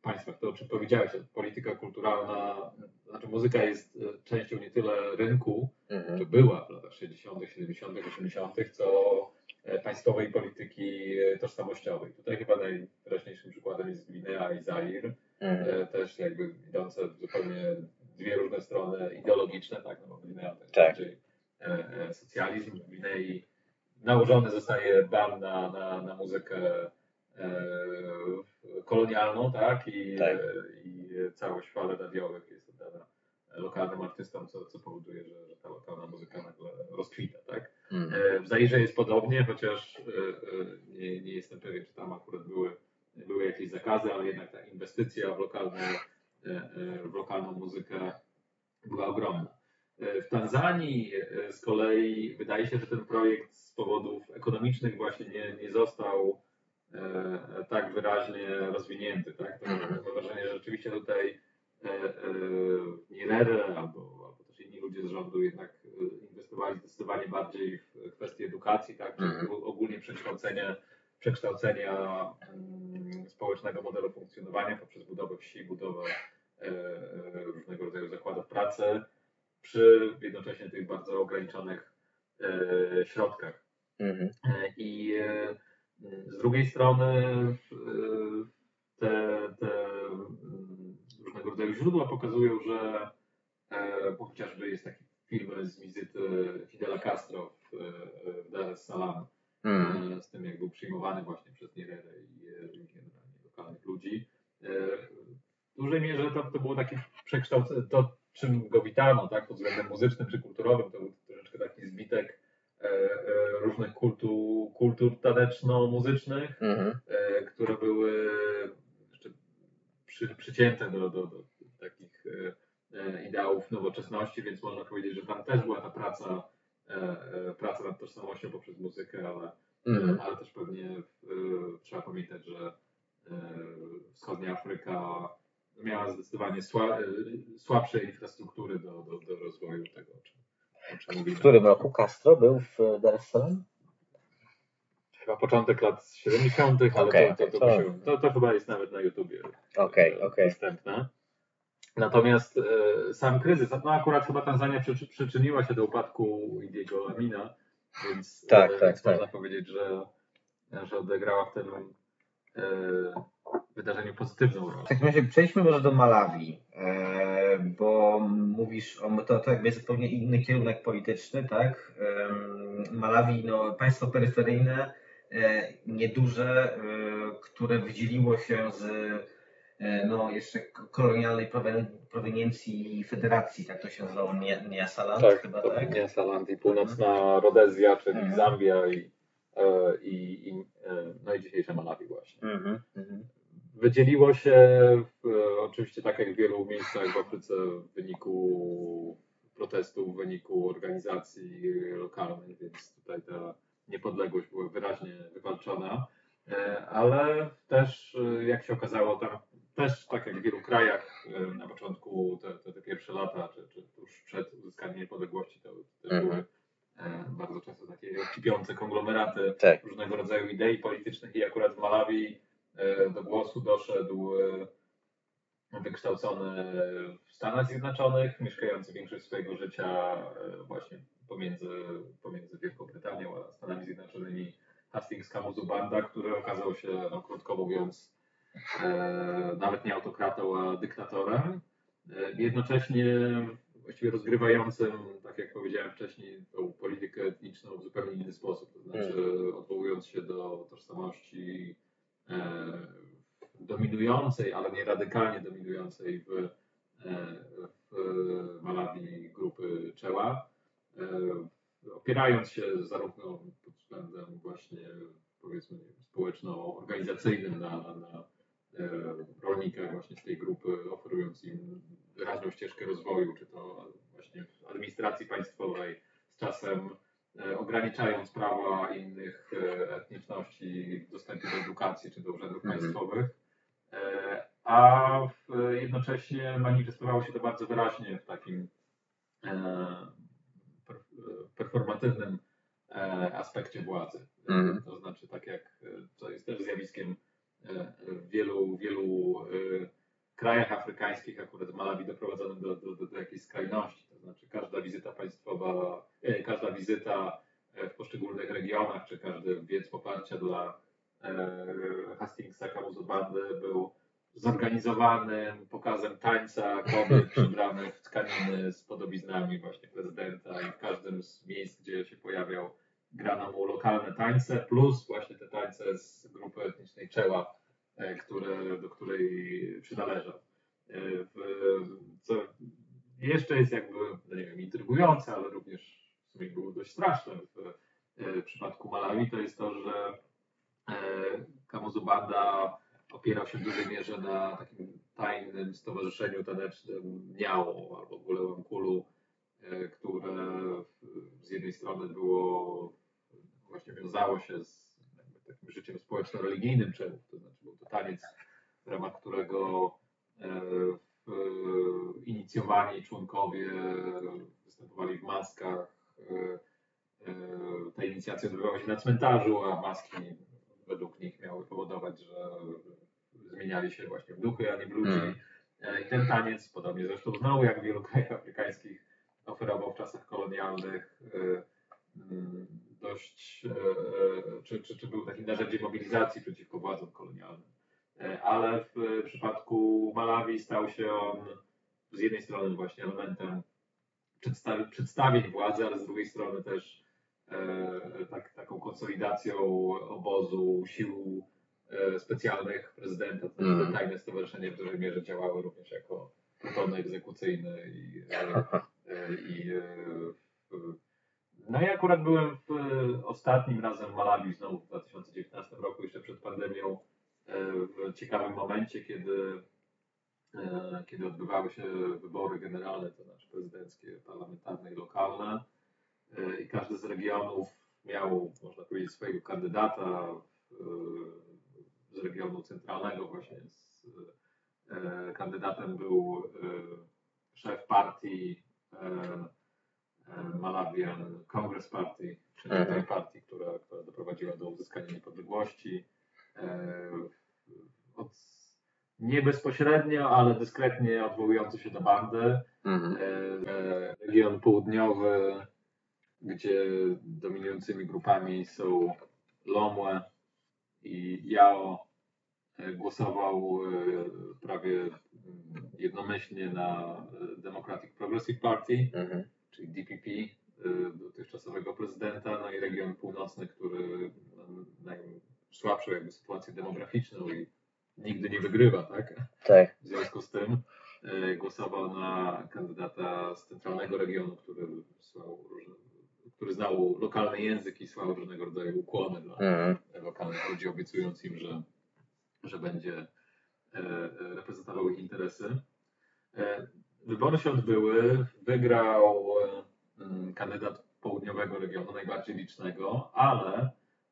państwach. To, o czym powiedziałeś, polityka kulturalna, znaczy muzyka jest częścią nie tyle rynku, mhm. czy była w latach sześćdziesiątych, siedemdziesiątych, osiemdziesiątych, co państwowej polityki tożsamościowej. Tutaj chyba najwyraźniejszym przykładem jest Gwinea i Zair, mhm. też jakby idące w zupełnie dwie różne strony ideologiczne, tak, no bo Gwinea to jest tak. bardziej socjalizm, w Gwinei nałożony zostaje ban na, na, na muzykę e, kolonialną, tak? I, tak. E, i całość fal radiowych jest oddana lokalnym artystom, co, co powoduje, że, że ta lokalna muzyka nagle rozkwita, tak? Mm. E, w Zairze jest podobnie, chociaż e, e, nie, nie jestem pewien, czy tam akurat były, były jakieś zakazy, ale jednak ta inwestycja w, lokalne, e, e, w lokalną muzykę była ogromna. W Tanzanii z kolei wydaje się, że ten projekt z powodów ekonomicznych właśnie nie, nie został e, tak wyraźnie rozwinięty. Tak? To mam wrażenie, że rzeczywiście tutaj e, e, Nyerere albo, albo też inni ludzie z rządu jednak inwestowali zdecydowanie bardziej w kwestie edukacji, tak? Czyli ogólnie przekształcenia, przekształcenia um, społecznego modelu funkcjonowania poprzez budowę wsi, budowę e, różnego rodzaju zakładów pracy, przy jednocześnie tych bardzo ograniczonych e, środkach. Mhm. E, I e, z drugiej strony e, te, te różnego rodzaju źródła pokazują, że e, bo chociażby jest taki film z wizyty Fidela Castro w, w Dar es Salaam, mhm. e, z tym jak był przyjmowany właśnie przez Nyerere i, i generalnie lokalnych ludzi. E, w dużej mierze to, to było takie przekształcenie, to czym go witano, tak, pod względem muzycznym czy kulturowym, to był troszeczkę taki zbitek e, e, różnych kultu, kultur taneczno-muzycznych, mhm. e, które były jeszcze przy, przycięte do, do, do takich e, ideałów nowoczesności, więc można powiedzieć, że tam też była ta praca, e, praca nad tożsamością poprzez muzykę, ale, mhm. e, ale też pewnie e, trzeba pamiętać, że e, wschodnia Afryka miała zdecydowanie sła, słabsze infrastruktury do, do, do rozwoju tego, o czym, o czym mówimy. W którym roku Castro był w Dar es Salaam? Chyba początek lat siedemdziesiątych, ale okay, to, to, to, to, to, to chyba jest nawet na YouTubie okay, okay. dostępne. Natomiast e, sam kryzys, no akurat chyba Tanzania przy, przyczyniła się do upadku Idiego Amina, więc, tak, e, tak, więc tak. można powiedzieć, że, że odegrała w tym e, wydarzeniu pozytywną rolę. W takim razie przejdźmy może do Malawi, e, bo mówisz o to, to jakby jest zupełnie inny kierunek polityczny, tak? E, Malawi, no, państwo peryferyjne, e, nieduże, e, które wydzieliło się z e, no, jeszcze kolonialnej proweniencji federacji, tak to się nazywało, Nyasaland tak, chyba, to tak? Nyasaland i północna Rodezja, czyli mhm. Zambia i, e, i, i, no i dzisiejsze Malawi właśnie. Mhm. Mhm. Wydzieliło się w, oczywiście tak jak w wielu miejscach w Afryce w wyniku protestów, w wyniku organizacji lokalnych, więc tutaj ta niepodległość była wyraźnie wywalczona, ale też jak się okazało tam też tak jak w wielu krajach na początku te, te, te pierwsze lata, czy, czy tuż przed uzyskaniem niepodległości to, to też były bardzo często takie kipiące konglomeraty tak. różnego rodzaju idei politycznych i akurat w Malawi do głosu doszedł wykształcony w Stanach Zjednoczonych, mieszkający większość swojego życia właśnie pomiędzy, pomiędzy Wielką Brytanią a Stanami Zjednoczonymi Hastings Kamuzu Banda, który okazał się, no, krótko mówiąc, e, nawet nie autokratą, a dyktatorem. E, jednocześnie właściwie rozgrywającym, tak jak powiedziałem wcześniej, tą politykę etniczną w zupełnie inny sposób, to znaczy odwołując się do tożsamości dominującej, ale nie radykalnie dominującej w, w Malawi grupy Czeła, opierając się zarówno pod względem właśnie powiedzmy społeczno-organizacyjnym na, na rolnikach właśnie z tej grupy, oferując im wyraźną ścieżkę rozwoju, czy to właśnie w administracji państwowej, z czasem ograniczając prawa innych etniczności w dostępie do edukacji czy do urzędów mhm. państwowych, a jednocześnie manifestowało się to bardzo wyraźnie w takim performatywnym aspekcie władzy. Mhm. To znaczy tak jak, to jest też zjawiskiem w wielu, wielu krajach afrykańskich, akurat w Malawi, doprowadzonym do, do, do, do jakiejś skrajności. To znaczy każda wizyta państwowa, e, każda wizyta w poszczególnych regionach, czy każdy wiec poparcia dla e, Hastingsa Kamuzu-Bandy był zorganizowanym pokazem tańca kobiet przybranych w tkaniny z podobiznami właśnie prezydenta i w każdym z miejsc, gdzie się pojawiał, grano mu lokalne tańce, plus właśnie te tańce z grupy etnicznej Czeła, które, do której przynależał. W, co jeszcze jest jakby, no nie wiem, intrygujące, ale również w sumie było dość straszne w, w przypadku Malawi, to jest to, że Kamuzu-Banda opierał się w dużej mierze na takim tajnym stowarzyszeniu tanecznym Niało albo Gulełemkulu, które z jednej strony było, właśnie wiązało się z takim życiem społeczno-religijnym Czechów, to znaczy był to taniec, w ramach którego inicjowani członkowie występowali w maskach. Ta inicjacja odbywała się na cmentarzu, a maski według nich miały powodować, że zmieniali się właśnie w duchy, a nie w ludzi. I ten taniec, podobnie zresztą znowu jak w wielu krajach afrykańskich, oferował w czasach kolonialnych dość, czy, czy, czy był takim narzędziem mobilizacji przeciwko władzom kolonialnym. Ale w przypadku Malawi stał się on z jednej strony właśnie elementem przedstawi, przedstawień władzy, ale z drugiej strony też tak, taką konsolidacją obozu sił specjalnych prezydenta. To znaczy te tajne stowarzyszenie w dużej mierze działały również jako plutony egzekucyjne i, i no i akurat byłem w ostatnim razem w Malawi znowu w dwa tysiące dziewiętnastym roku, jeszcze przed pandemią, w ciekawym momencie, kiedy, kiedy odbywały się wybory generalne, to znaczy prezydenckie, parlamentarne i lokalne, i każdy z regionów miał, można powiedzieć, swojego kandydata z regionu centralnego właśnie. Z, kandydatem był szef partii Malawian Congress Party, czyli mhm. tej partii, która, która doprowadziła do uzyskania niepodległości. Od, nie bezpośrednio, ale dyskretnie odwołujący się do bandy. Mhm. Region południowy, gdzie dominującymi grupami są Lomwe i Yao, głosował prawie jednomyślnie na Democratic Progressive Party, mhm. czyli D P P, dotychczasowego prezydenta, no i region północny, który ma najsłabszą jakby sytuację demograficzną i nigdy nie wygrywa, tak? Tak. W związku z tym głosował na kandydata z centralnego regionu, który słał różne, który znał lokalny język i słał różnego rodzaju ukłony dla mhm. lokalnych ludzi, obiecując im, że, że będzie reprezentował ich interesy. Wybory się odbyły, wygrał kandydat południowego regionu, najbardziej licznego, ale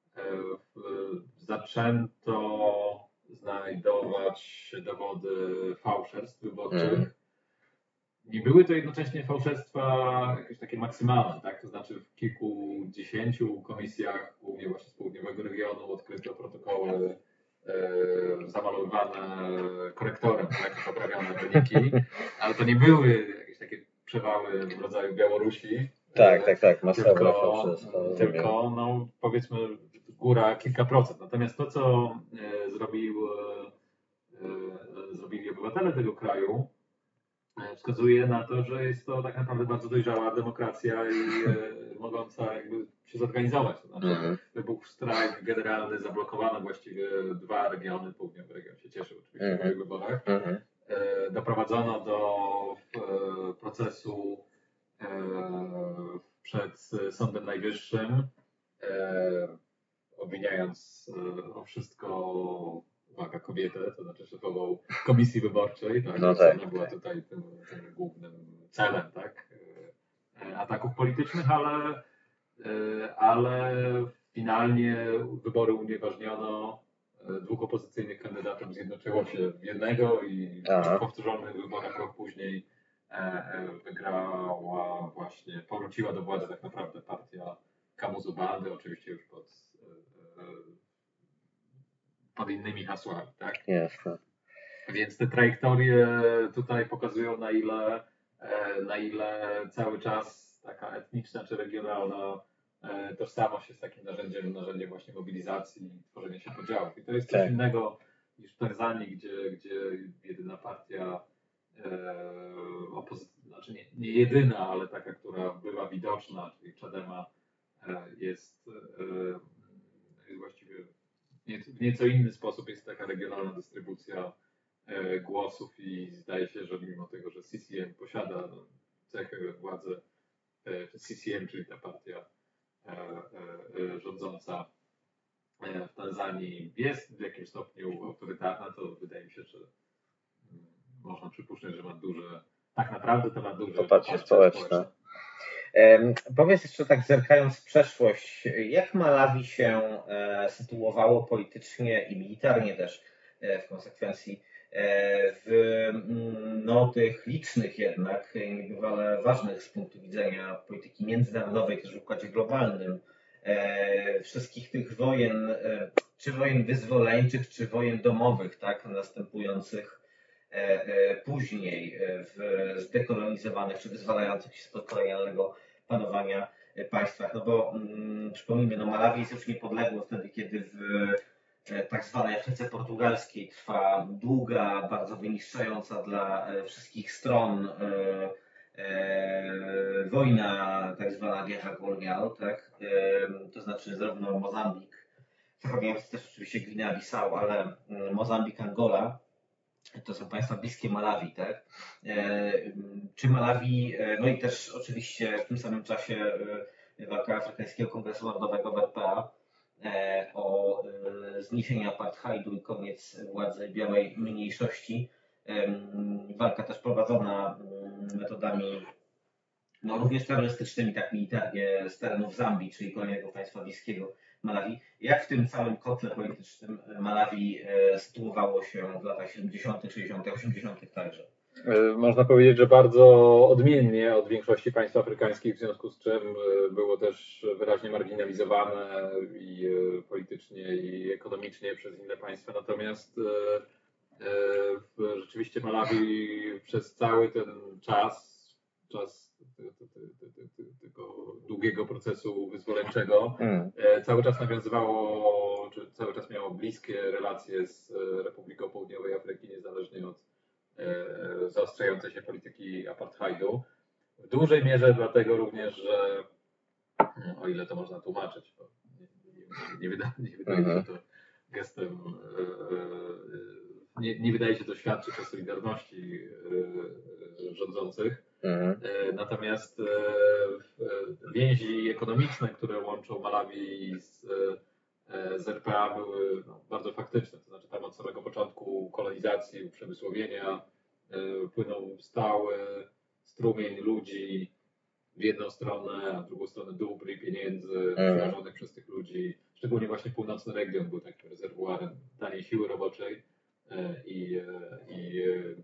zaczęto znajdować dowody fałszerstw wyborczych. Mm. Nie były to jednocześnie fałszerstwa jakieś takie maksymalne, tak? To znaczy w kilkudziesięciu komisjach, głównie właśnie z południowego regionu, odkryto protokoły e, zamalowywane korektorem, tak? Poprawione wyniki, ale to nie były jakieś takie przewały w rodzaju Białorusi. Tak, tak, tak, masowe tylko, tylko no, powiedzmy góra kilka procent. Natomiast to, co e, zrobił, e, zrobili obywatele tego kraju, e, wskazuje na to, że jest to tak naprawdę bardzo dojrzała demokracja i e, mogąca jakby się zorganizować. To znaczy, mm. wybuchł strajk generalny, zablokowano właściwie dwa regiony, południowy region się cieszył oczywiście mm. w tych wyborach. Mm. E, doprowadzono do e, procesu przed Sądem Najwyższym, obwiniając o wszystko, uwaga, kobietę, to znaczy szefową komisji wyborczej, tak, no tak. Ona była tutaj tym, tym głównym celem, tak, ataków politycznych, ale, ale finalnie wybory unieważniono, dwóch opozycyjnych kandydatów zjednoczyło się w jednego i Aha. w powtórzonych wyborach rok później wygrała właśnie, powróciła do władzy tak naprawdę partia Kamuzu-Bandy, oczywiście już pod, pod innymi hasłami, tak? Jasne. Więc te trajektorie tutaj pokazują, na ile, na ile cały czas taka etniczna czy regionalna tożsamość jest takim narzędziem, narzędziem właśnie mobilizacji i tworzenia się podziałów. I to jest coś Tak. innego niż w Tanzanii, gdzie, gdzie jedyna partia, opozy- znaczy nie, nie jedyna, ale taka, która była widoczna, czyli Chadema, jest, jest właściwie w nieco inny sposób, jest taka regionalna dystrybucja głosów i zdaje się, że mimo tego, że C C M posiada cechę władzy, C C M, czyli ta partia rządząca w Tanzanii, jest w jakimś stopniu autorytarna, to wydaje mi się, że można przypuszczać, że ma duże, tak naprawdę to ma duże poparcie społeczne. społeczne. Um, powiedz jeszcze tak, zerkając w przeszłość, jak Malawi się e, sytuowało politycznie i militarnie też e, w konsekwencji e, w no, tych licznych jednak, niebywale ważnych z punktu widzenia polityki międzynarodowej, też w układzie globalnym, e, wszystkich tych wojen, e, czy wojen wyzwoleńczych, czy wojen domowych, tak, następujących później w zdekolonizowanych czy wyzwalających się spod kolonialnego panowania państwach. No bo mm, przypomnijmy, no Malawi jest już niepodległe wtedy, kiedy w tak zwanej Afryce Portugalskiej trwa długa, bardzo wyniszczająca dla wszystkich stron e, e, wojna, tak zwana guerra colonial, tak? E, to znaczy zarówno Mozambik, zachodniający też oczywiście Gwinea-Bissau, ale Mozambik, Angola, to są państwa bliskie Malawi, tak? E, czy Malawi, no i też oczywiście w tym samym czasie walka Afrykańskiego Kongresu Narodowego w R P A e, o e, zniesienie apartheidu i koniec władzy białej mniejszości. E, walka też prowadzona metodami no, również terrorystycznymi, tak militarnie, z terenów Zambii, czyli kolejnego państwa bliskiego Malawi. Jak w tym całym kotle politycznym Malawi e, sytuowało się w latach siedemdziesiątych, sześćdziesiątych, osiemdziesiątych także? Można powiedzieć, że bardzo odmiennie od większości państw afrykańskich, w związku z czym było też wyraźnie marginalizowane i politycznie, i ekonomicznie przez inne państwa. Natomiast rzeczywiście Malawi przez cały ten czas, czas tego długiego procesu wyzwoleńczego, mm. cały czas nawiązywało, czy cały czas miało bliskie relacje z Republiką Południowej Afryki, niezależnie od zaostrzającej się polityki apartheidu. W dużej mierze dlatego również, że o ile to można tłumaczyć, bo nie, nie, nie, wydaje, nie wydaje się to gestem, nie, nie wydaje się to świadczyć o solidarności rządzących. Mhm. Natomiast więzi ekonomiczne, które łączą Malawi z, z R P A, były no, bardzo faktyczne. To znaczy tam od samego początku kolonizacji, uprzemysłowienia płynął stały strumień ludzi w jedną stronę, a w drugą stronę dóbr i pieniędzy przeważonych przez tych ludzi. Szczególnie właśnie północny region był takim rezerwuarem taniej siły roboczej i, i,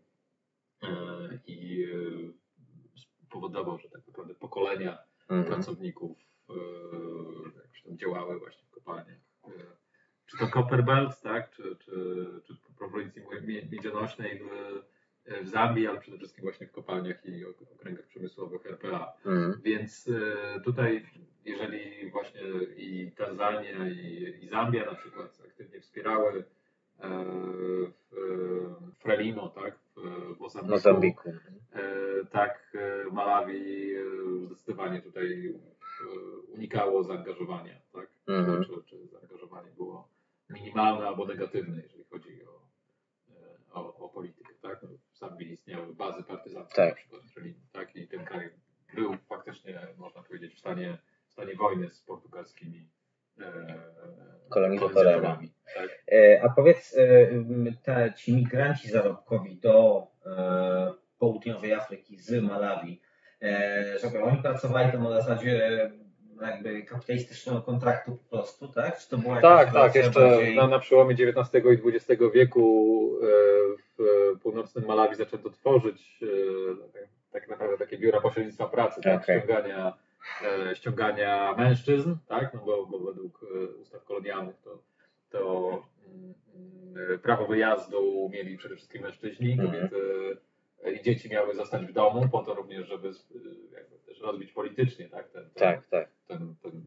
i powodował, że tak naprawdę pokolenia mm. pracowników e, jakoś tam działały właśnie w kopalniach. E, czy to Copper Belt, tak? czy, czy, czy w prowincji miedzionośnej w, w Zambii, ale przede wszystkim właśnie w kopalniach i okręgach przemysłowych R P A. Mm. Więc e, tutaj, jeżeli właśnie i Tanzania, i, i Zambia na przykład aktywnie wspierały e, w, w Frelimo, tak? w Mozambiku, Mozambiku. Tak Malawi zdecydowanie tutaj unikało zaangażowania, tak? Mm-hmm. Czy, czy zaangażowanie było minimalne albo negatywne, jeżeli chodzi o, o, o politykę, tak? No, w Zambii istniały bazy partyzanckie, tak. Na przykład w Frelimo, tak? I ten kraj był faktycznie, można powiedzieć, w stanie, w stanie wojny z portugalskimi e, kolonizatorami. Tak? A powiedz, te, ci migranci zarobkowi do e, południowej Afryki z Malawi, e, żeby oni pracowali to na zasadzie jakby kapitalistycznego kontraktu po prostu, tak? Czy to była tak, tak, jeszcze bardziej... na, na przełomie dziewiętnastego i dwudziestego wieku e, w północnym Malawi zaczęto tworzyć e, tak, tak naprawdę takie biura pośrednictwa pracy, tak? Okay. Ściągania, e, ściągania mężczyzn, tak? No bo, bo według ustaw kolonialnych to to prawo wyjazdu mieli przede wszystkim mężczyźni, kobiety i dzieci miały zostać w domu, po to również, żeby jakby też rozbić politycznie, tak, ten, ten, Tak, tak. ten, ten,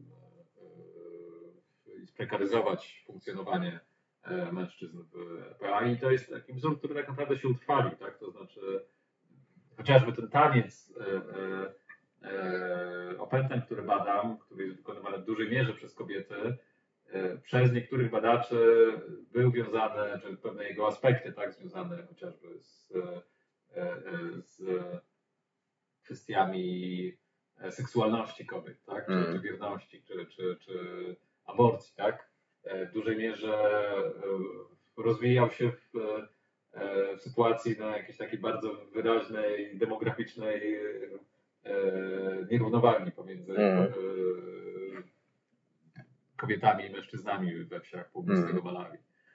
i sprekaryzować funkcjonowanie mężczyzn w E P A. I to jest taki wzór, który tak naprawdę się utrwalił, tak, to znaczy chociażby ten taniec opętań, który badam, który jest wykonywany w dużej mierze przez kobiety, przez niektórych badaczy był wiązany, czy pewne jego aspekty, tak, związane chociażby z, z kwestiami seksualności kobiet, tak, czy, czy wierności, czy, czy, czy aborcji, tak, w dużej mierze rozwijał się w, w sytuacji na jakiejś takiej bardzo wyraźnej, demograficznej nierównowagi pomiędzy mm. kobietami i mężczyznami we wsiach północnego Malawi.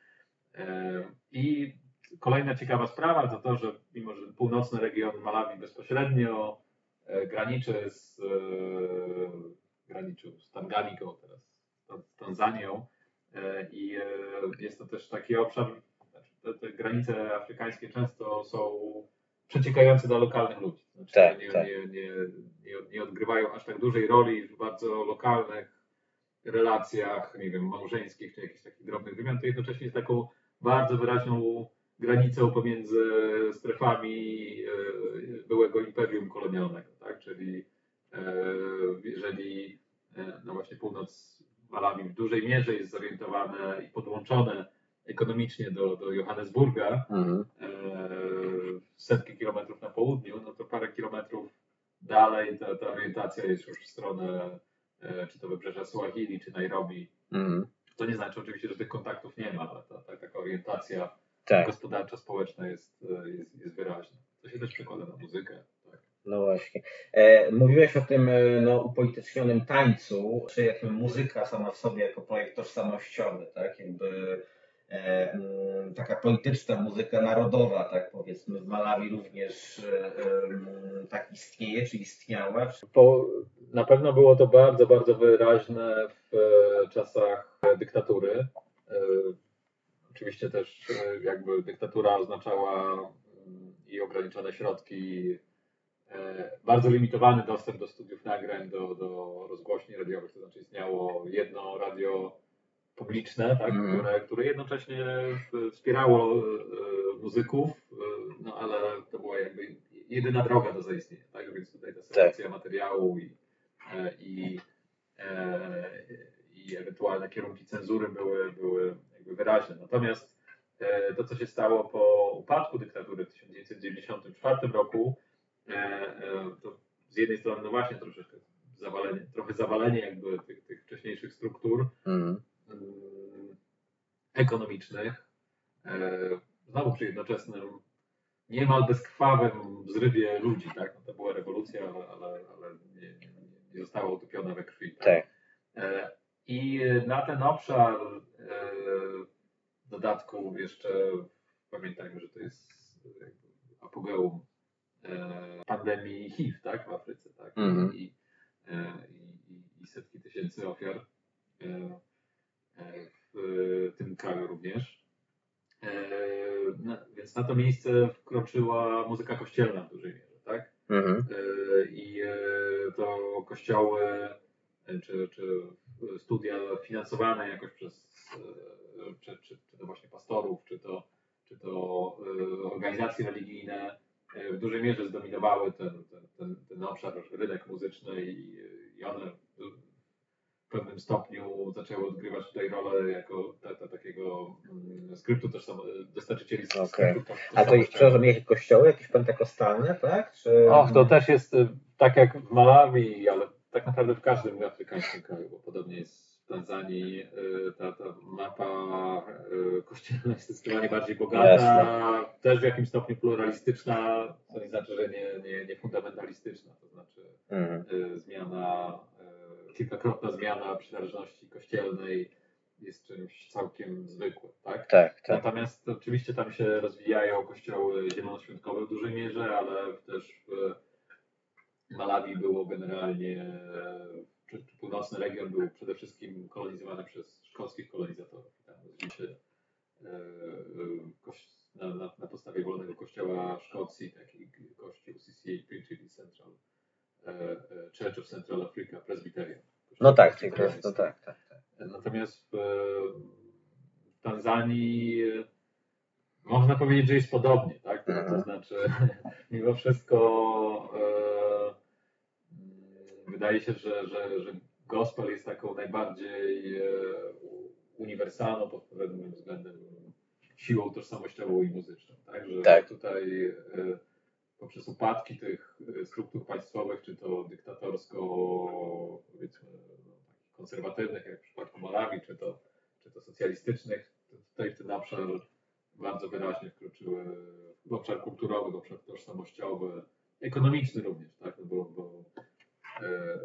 I kolejna ciekawa sprawa to to, że mimo, że północny region Malawi bezpośrednio graniczy z, graniczył z Tanganiką, teraz z Tanzanią, i jest to też taki obszar, znaczy te, te granice afrykańskie często są przeciekające do lokalnych ludzi. Znaczy tak, nie, tak. Nie, nie, nie, nie odgrywają aż tak dużej roli w bardzo lokalnych relacjach, nie wiem, małżeńskich czy jakichś takich drobnych wymian, to jednocześnie jest taką bardzo wyraźną granicą pomiędzy strefami byłego imperium kolonialnego, tak? Czyli jeżeli no właśnie północ Malawi w dużej mierze jest zorientowane i podłączone ekonomicznie do, do Johannesburga, mhm. setki kilometrów na południu, no to parę kilometrów dalej ta, ta orientacja jest już w stronę czy to wybrzeża Swahili, czy Nairobi. Mhm. To nie znaczy oczywiście, że tych kontaktów nie ma, ale ta, ta taka orientacja tak. gospodarcza, społeczna jest, jest, jest wyraźna. To się też przekłada na muzykę. Tak. No właśnie. E, mówiłeś o tym no, upolitycznionym tańcu, czy jak muzyka sama w sobie jako projekt tożsamościowy, tak? Jakby e, m, taka polityczna muzyka narodowa, tak powiedzmy, w Malawi również e, e, tak istnieje, czy istniała? Po, na pewno było to bardzo, bardzo wyraźne w e, czasach dyktatury. E, oczywiście też e, jakby dyktatura oznaczała e, i ograniczone środki, bardzo limitowany dostęp do studiów nagrań, do, do rozgłośni radiowych, to znaczy istniało jedno radio publiczne, tak, mm. które, które jednocześnie wspierało muzyków, no ale to była jakby jedyna droga do zaistnienia, tak, więc tutaj ta selekcja materiału i, i, i ewentualne kierunki cenzury były, były jakby wyraźne. Natomiast to, co się stało po upadku dyktatury w tysiąc dziewięćset dziewięćdziesiątym czwartym roku, to z jednej strony no właśnie troszeczkę zawalenie, trochę zawalenie jakby tych, tych wcześniejszych struktur mm. ekonomicznych, znowu przy jednoczesnym niemal bezkrwawym zrywie ludzi, tak? No to była rewolucja, ale, ale, ale nie, nie, nie została utopiona we krwi. Tak? Tak. I na ten obszar w dodatku jeszcze pamiętajmy, że to jest apogeum pandemii H I V, tak, w Afryce, tak, mm-hmm. I, i, i setki tysięcy ofiar w tym kraju również. No, więc na to miejsce wkroczyła muzyka kościelna w dużej mierze, tak, mm-hmm. I to kościoły czy, czy studia finansowane jakoś przez czy, czy, czy to właśnie pastorów, czy to, czy to organizacje religijne w dużej mierze zdominowały ten, ten, ten, ten obszar, rynek muzyczny i, i one w pewnym stopniu zaczęły odgrywać tutaj rolę jako ta, ta, takiego um, skryptu tożsamościowego, dostarczycieli okay. skryptu tożsamościowego. A to jest, przepraszam, jakieś kościoły, jakieś pentekostalne, tak? Czy... Och, to też jest tak jak w Malawi, ale tak naprawdę w każdym afrykańskim kraju, bo podobnie jest w Tanzanii, ta, ta mapa kościelna jest zdecydowanie bardziej bogata, Jasne. też w jakimś stopniu pluralistyczna, co nie znaczy, że nie, nie, nie fundamentalistyczna, to znaczy mm. zmiana, kilkakrotna zmiana przynależności kościelnej jest czymś całkiem zwykłym, tak? Tak, tak. Natomiast oczywiście tam się rozwijają kościoły zielonoświątkowe w dużej mierze, ale też w Malawi było generalnie, czy, czy północny region był przede wszystkim kolonizowany przez szkockich kolonizatorów. Tam rozwili się e, C, taki kościół C C A P, czyli Central Church of Central Africa, Presbyterian. No tak, to tak, tak, tak. Natomiast w, w Tanzanii można powiedzieć, że jest podobnie, tak? To, to znaczy, mimo wszystko e, wydaje się, że, że, że gospel jest taką najbardziej e, uniwersalną pod pewnym względem siłą tożsamościową i muzyczną, tak? Że tak. tutaj e, poprzez upadki tych struktur państwowych, czy to dyktatorsko, powiedzmy, no, konserwatywnych, jak w przypadku Malawi, czy to, czy to socjalistycznych, to tutaj w ten obszar bardzo wyraźnie wkroczyły w obszar kulturowy, w obszar tożsamościowy, ekonomiczny również, tak? No bo, bo, e, e,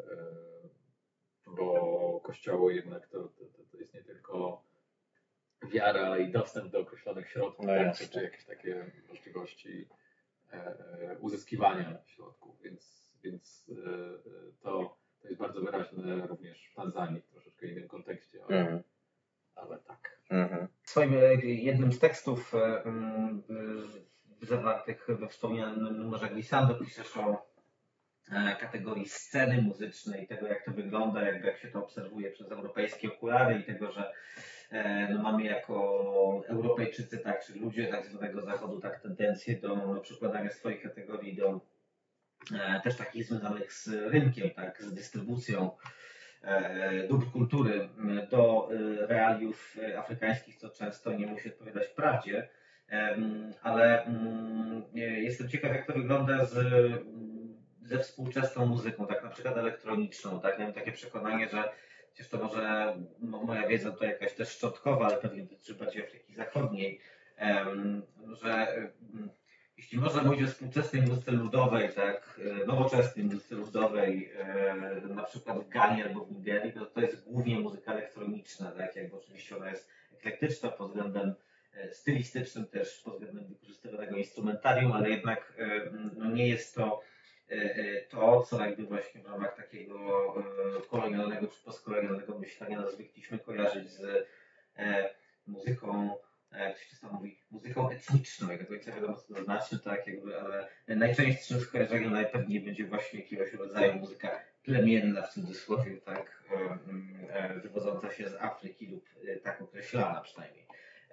bo kościoły jednak to, to, to jest nie tylko wiara i dostęp do określonych środków, no tak? Czy jakieś takie możliwości e, uzyskiwania środków, więc, więc e, to, to jest bardzo wyraźne również w Tanzanii, w troszeczkę innym kontekście, ale, mm. ale tak. Mm-hmm. W swoim jednym z tekstów um, zawartych we wspomnianym numerze Glissando piszesz o e, kategorii sceny muzycznej, tego jak to wygląda, jakby jak się to obserwuje przez europejskie okulary i tego, że e, no, mamy jako Europejczycy, tak, czy ludzie tak zwanego zachodu, tak tendencję do no, przykładania swoich kategorii do e, też takich związanych z rynkiem, tak, z dystrybucją dóbr kultury do realiów afrykańskich, co często nie musi odpowiadać prawdzie, ale jestem ciekaw, jak to wygląda z, ze współczesną muzyką, tak na przykład elektroniczną, tak? Miałem takie przekonanie, że chociaż to może no, moja wiedza to jakaś też szczątkowa, ale pewnie dotyczy bardziej Afryki Zachodniej, że jeśli można mówić o współczesnej muzyce ludowej, tak, nowoczesnej muzyce ludowej, e, na przykład w Ganie albo w Nigerii, to to jest głównie muzyka elektroniczna, tak, jakby oczywiście ona jest eklektyczna pod względem stylistycznym, też pod względem wykorzystywanego instrumentarium, ale jednak e, no nie jest to e, to, co jakby właśnie w ramach takiego e, kolonialnego czy postkolonialnego myślenia no, zwykliśmy kojarzyć z e, muzyką, jak to się czasem mówi, muzyką etniczną, jak do końca wiadomo co to znaczy, tak, jakby, ale najczęstszym skojarzeniem najpewniej będzie właśnie jakiegoś rodzaju muzyka plemienna w cudzysłowie, tak, wywodząca się z Afryki lub tak określana przynajmniej.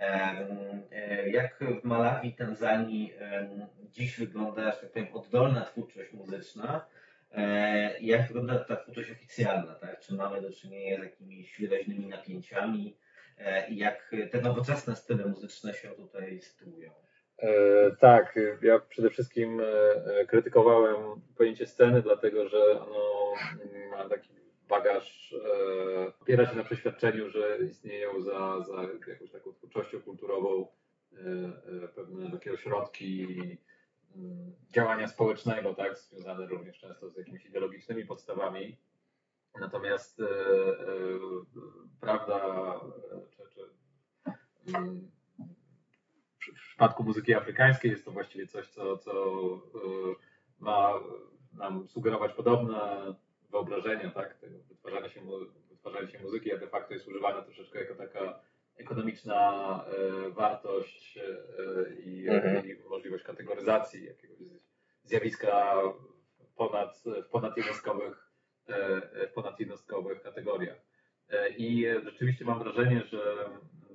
Jak w Malawi, Tanzanii dziś wygląda, że tak powiem, oddolna twórczość muzyczna, jak wygląda ta twórczość oficjalna, tak? Czy mamy do czynienia z jakimiś wyraźnymi napięciami i jak te nowoczesne style muzyczne się tutaj sytuują? E, tak, ja przede wszystkim e, krytykowałem pojęcie sceny, dlatego że ono ma taki bagaż, e, opiera się na przeświadczeniu, że istnieją za, za jakąś taką twórczością kulturową e, e, pewne takie ośrodki m, działania społecznego, tak, związane również często z jakimiś ideologicznymi podstawami. Natomiast e, e, prawda, czy, czy, m, w przypadku muzyki afrykańskiej jest to właściwie coś, co, co e, ma nam sugerować podobne wyobrażenia, tak, tego wytwarzania się, wytwarzania się muzyki, a de facto jest używana troszeczkę jako taka ekonomiczna e, wartość e, i, mhm. i możliwość kategoryzacji jakiegoś zjawiska ponad, w ponadjednostkowych, e, w ponadjednostkowych kategoriach. E, I rzeczywiście mam wrażenie, że,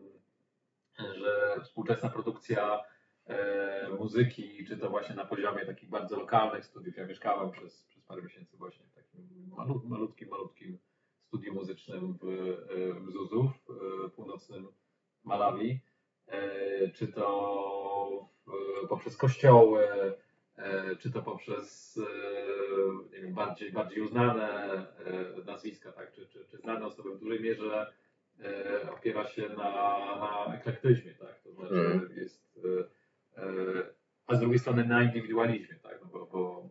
że współczesna produkcja e, muzyki, czy to właśnie na poziomie takich bardzo lokalnych studiów, ja mieszkałem przez, przez parę miesięcy właśnie w takim malut, malutkim, malutkim studium muzycznym w, w Zuzu, w północnym Malawi, czy to poprzez kościoły, czy to poprzez nie wiem, bardziej, bardziej uznane nazwiska, tak, czy, czy, czy znane osoby w dużej mierze opiera się na, na eklektyzmie, tak, to znaczy mm. jest, a z drugiej strony na indywidualizmie, tak, no bo, bo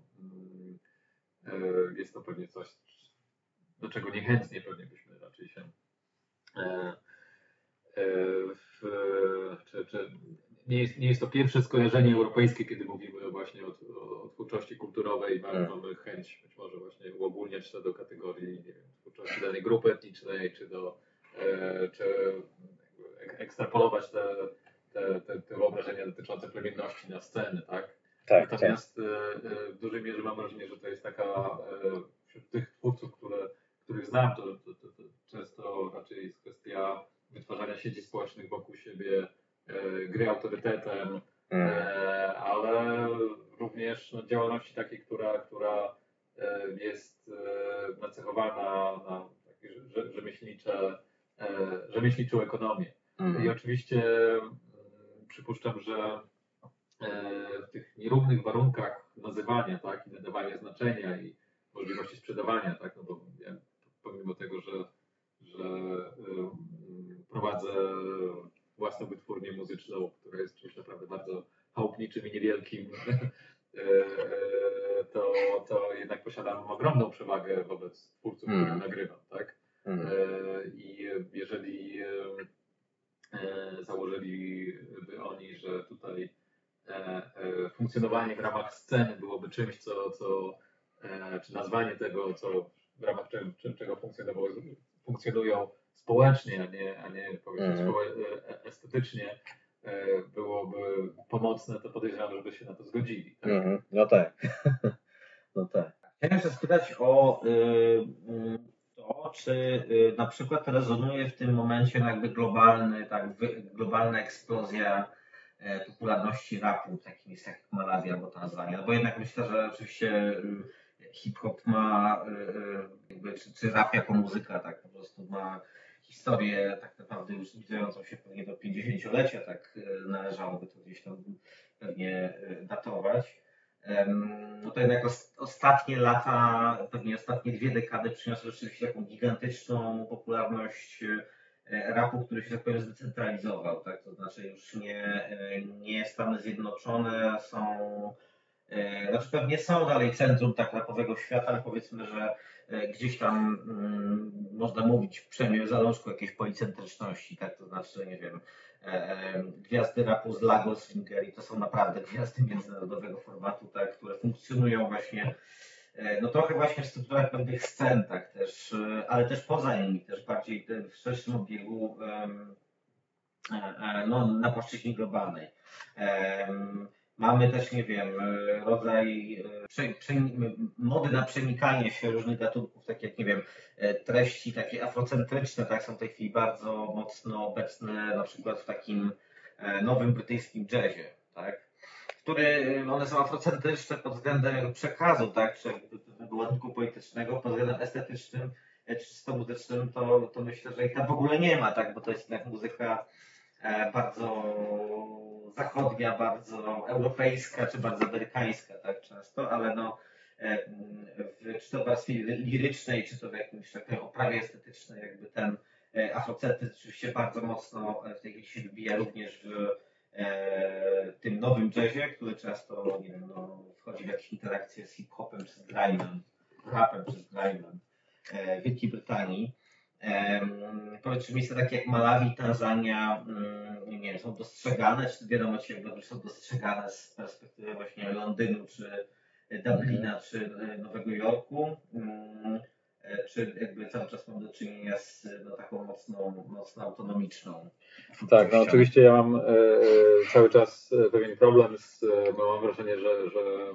jest to pewnie coś, do czego niechętnie pewnie byśmy raczej się e, e, w, czy, czy nie, jest, nie jest to pierwsze skojarzenie europejskie, kiedy mówimy właśnie o, o, o twórczości kulturowej. Mamy, mamy chęć być może właśnie uogólniać to do kategorii nie wiem, twórczości danej grupy etnicznej, czy do e, czy ekstrapolować te, te, te, te wyobrażenia dotyczące plemienności na scenę, tak? Tak, Natomiast tak. w dużej mierze mam wrażenie, że to jest taka, wśród tych twórców, które, których znam, to, to, to, to często raczej jest kwestia wytwarzania sieci społecznych wokół siebie, gry autorytetem, mm. ale również no, działalności takiej, która, która jest nacechowana na takie rzemieślnicze, rzemieślniczą ekonomię. Mm. I oczywiście przypuszczam, że w tych nierównych warunkach nazywania, tak, i nadawania znaczenia i możliwości sprzedawania, tak, no bo ja, pomimo tego, że, że um, prowadzę własną wytwórnię muzyczną, która jest czymś naprawdę bardzo chałupniczym i niewielkim, to, to jednak posiadam ogromną przewagę wobec twórców, mm. których nagrywam, tak? Mm. I jeżeli założyliby oni, że tutaj funkcjonowanie w ramach sceny byłoby czymś, co, co czy nazwanie tego, co w ramach czego, czego funkcjonowało, funkcjonują społecznie, a nie, a nie powiedzmy mm. estetycznie, byłoby pomocne, to podejrzewam, żeby się na to zgodzili. Tak? Mm, no tak. no tak. Chciałem jeszcze spytać o y, to, czy y, na przykład rezonuje w tym momencie no jakby globalny, tak, wy, globalna eksplozja popularności rapu, takim jest jak Malawi albo Tanzania, no bo jednak myślę, że oczywiście hip-hop ma, jakby, czy, czy rap jako muzyka, tak po prostu ma historię tak naprawdę już zbliżającą się pewnie do pięćdziesięciolecia, tak należałoby to gdzieś tam pewnie datować. No to jednak ostatnie lata, pewnie ostatnie dwie dekady przyniosły rzeczywiście taką gigantyczną popularność rapu, który się tak powiem zdecentralizował, tak? To znaczy już nie, nie Stany Zjednoczone są, znaczy pewnie są dalej centrum tak rapowego świata, ale powiedzmy, że gdzieś tam hmm, można mówić przynajmniej o zalążku jakiejś policentryczności, tak? To znaczy, nie wiem, gwiazdy rapu z Lagos w Nigerii to są naprawdę gwiazdy międzynarodowego formatu, tak? Które funkcjonują właśnie no trochę właśnie w strukturach pewnych scen, tak też, ale też poza nimi, też bardziej w szerszym obiegu no, na płaszczyźnie globalnej. Mamy też, nie wiem, rodzaj prze, prze, mody na przenikanie się różnych gatunków, tak jak, nie wiem, treści takie afrocentryczne, tak, są w tej chwili bardzo mocno obecne na przykład w takim nowym brytyjskim jazzie, tak, który one są afrocentryczne pod względem przekazu, tak, czy ładunku politycznego, pod względem estetycznym, czy czysto muzycznym, to, to myślę, że ich tam w ogóle nie ma, tak, bo to jest jednak muzyka bardzo zachodnia, bardzo europejska, czy bardzo amerykańska, tak, często, ale no, w, czy to w warstwie lirycznej, czy to w jakimś takiej oprawie estetycznej, jakby ten afrocentryzm oczywiście bardzo mocno w tej chwili się wybija również w E, tym nowym jazzie, który często, nie wiem, no, wchodzi w jakieś interakcje z hip-hopem czy z grime'em, rapem czy z grime'em e, w Wielkiej Brytanii. E, powiedz, czy miejsca takie jak Malawi, Tanzania, mm, nie wiem, są dostrzegane, czy wiadomo ci, jak są dostrzegane z perspektywy właśnie Londynu, czy Dublina, czy Nowego Jorku? Mm, czy jakby cały czas mam do czynienia z no, taką mocną, mocno autonomiczną. Tak, no oczywiście ja mam e, cały czas pewien problem, z, bo mam wrażenie, że, że e,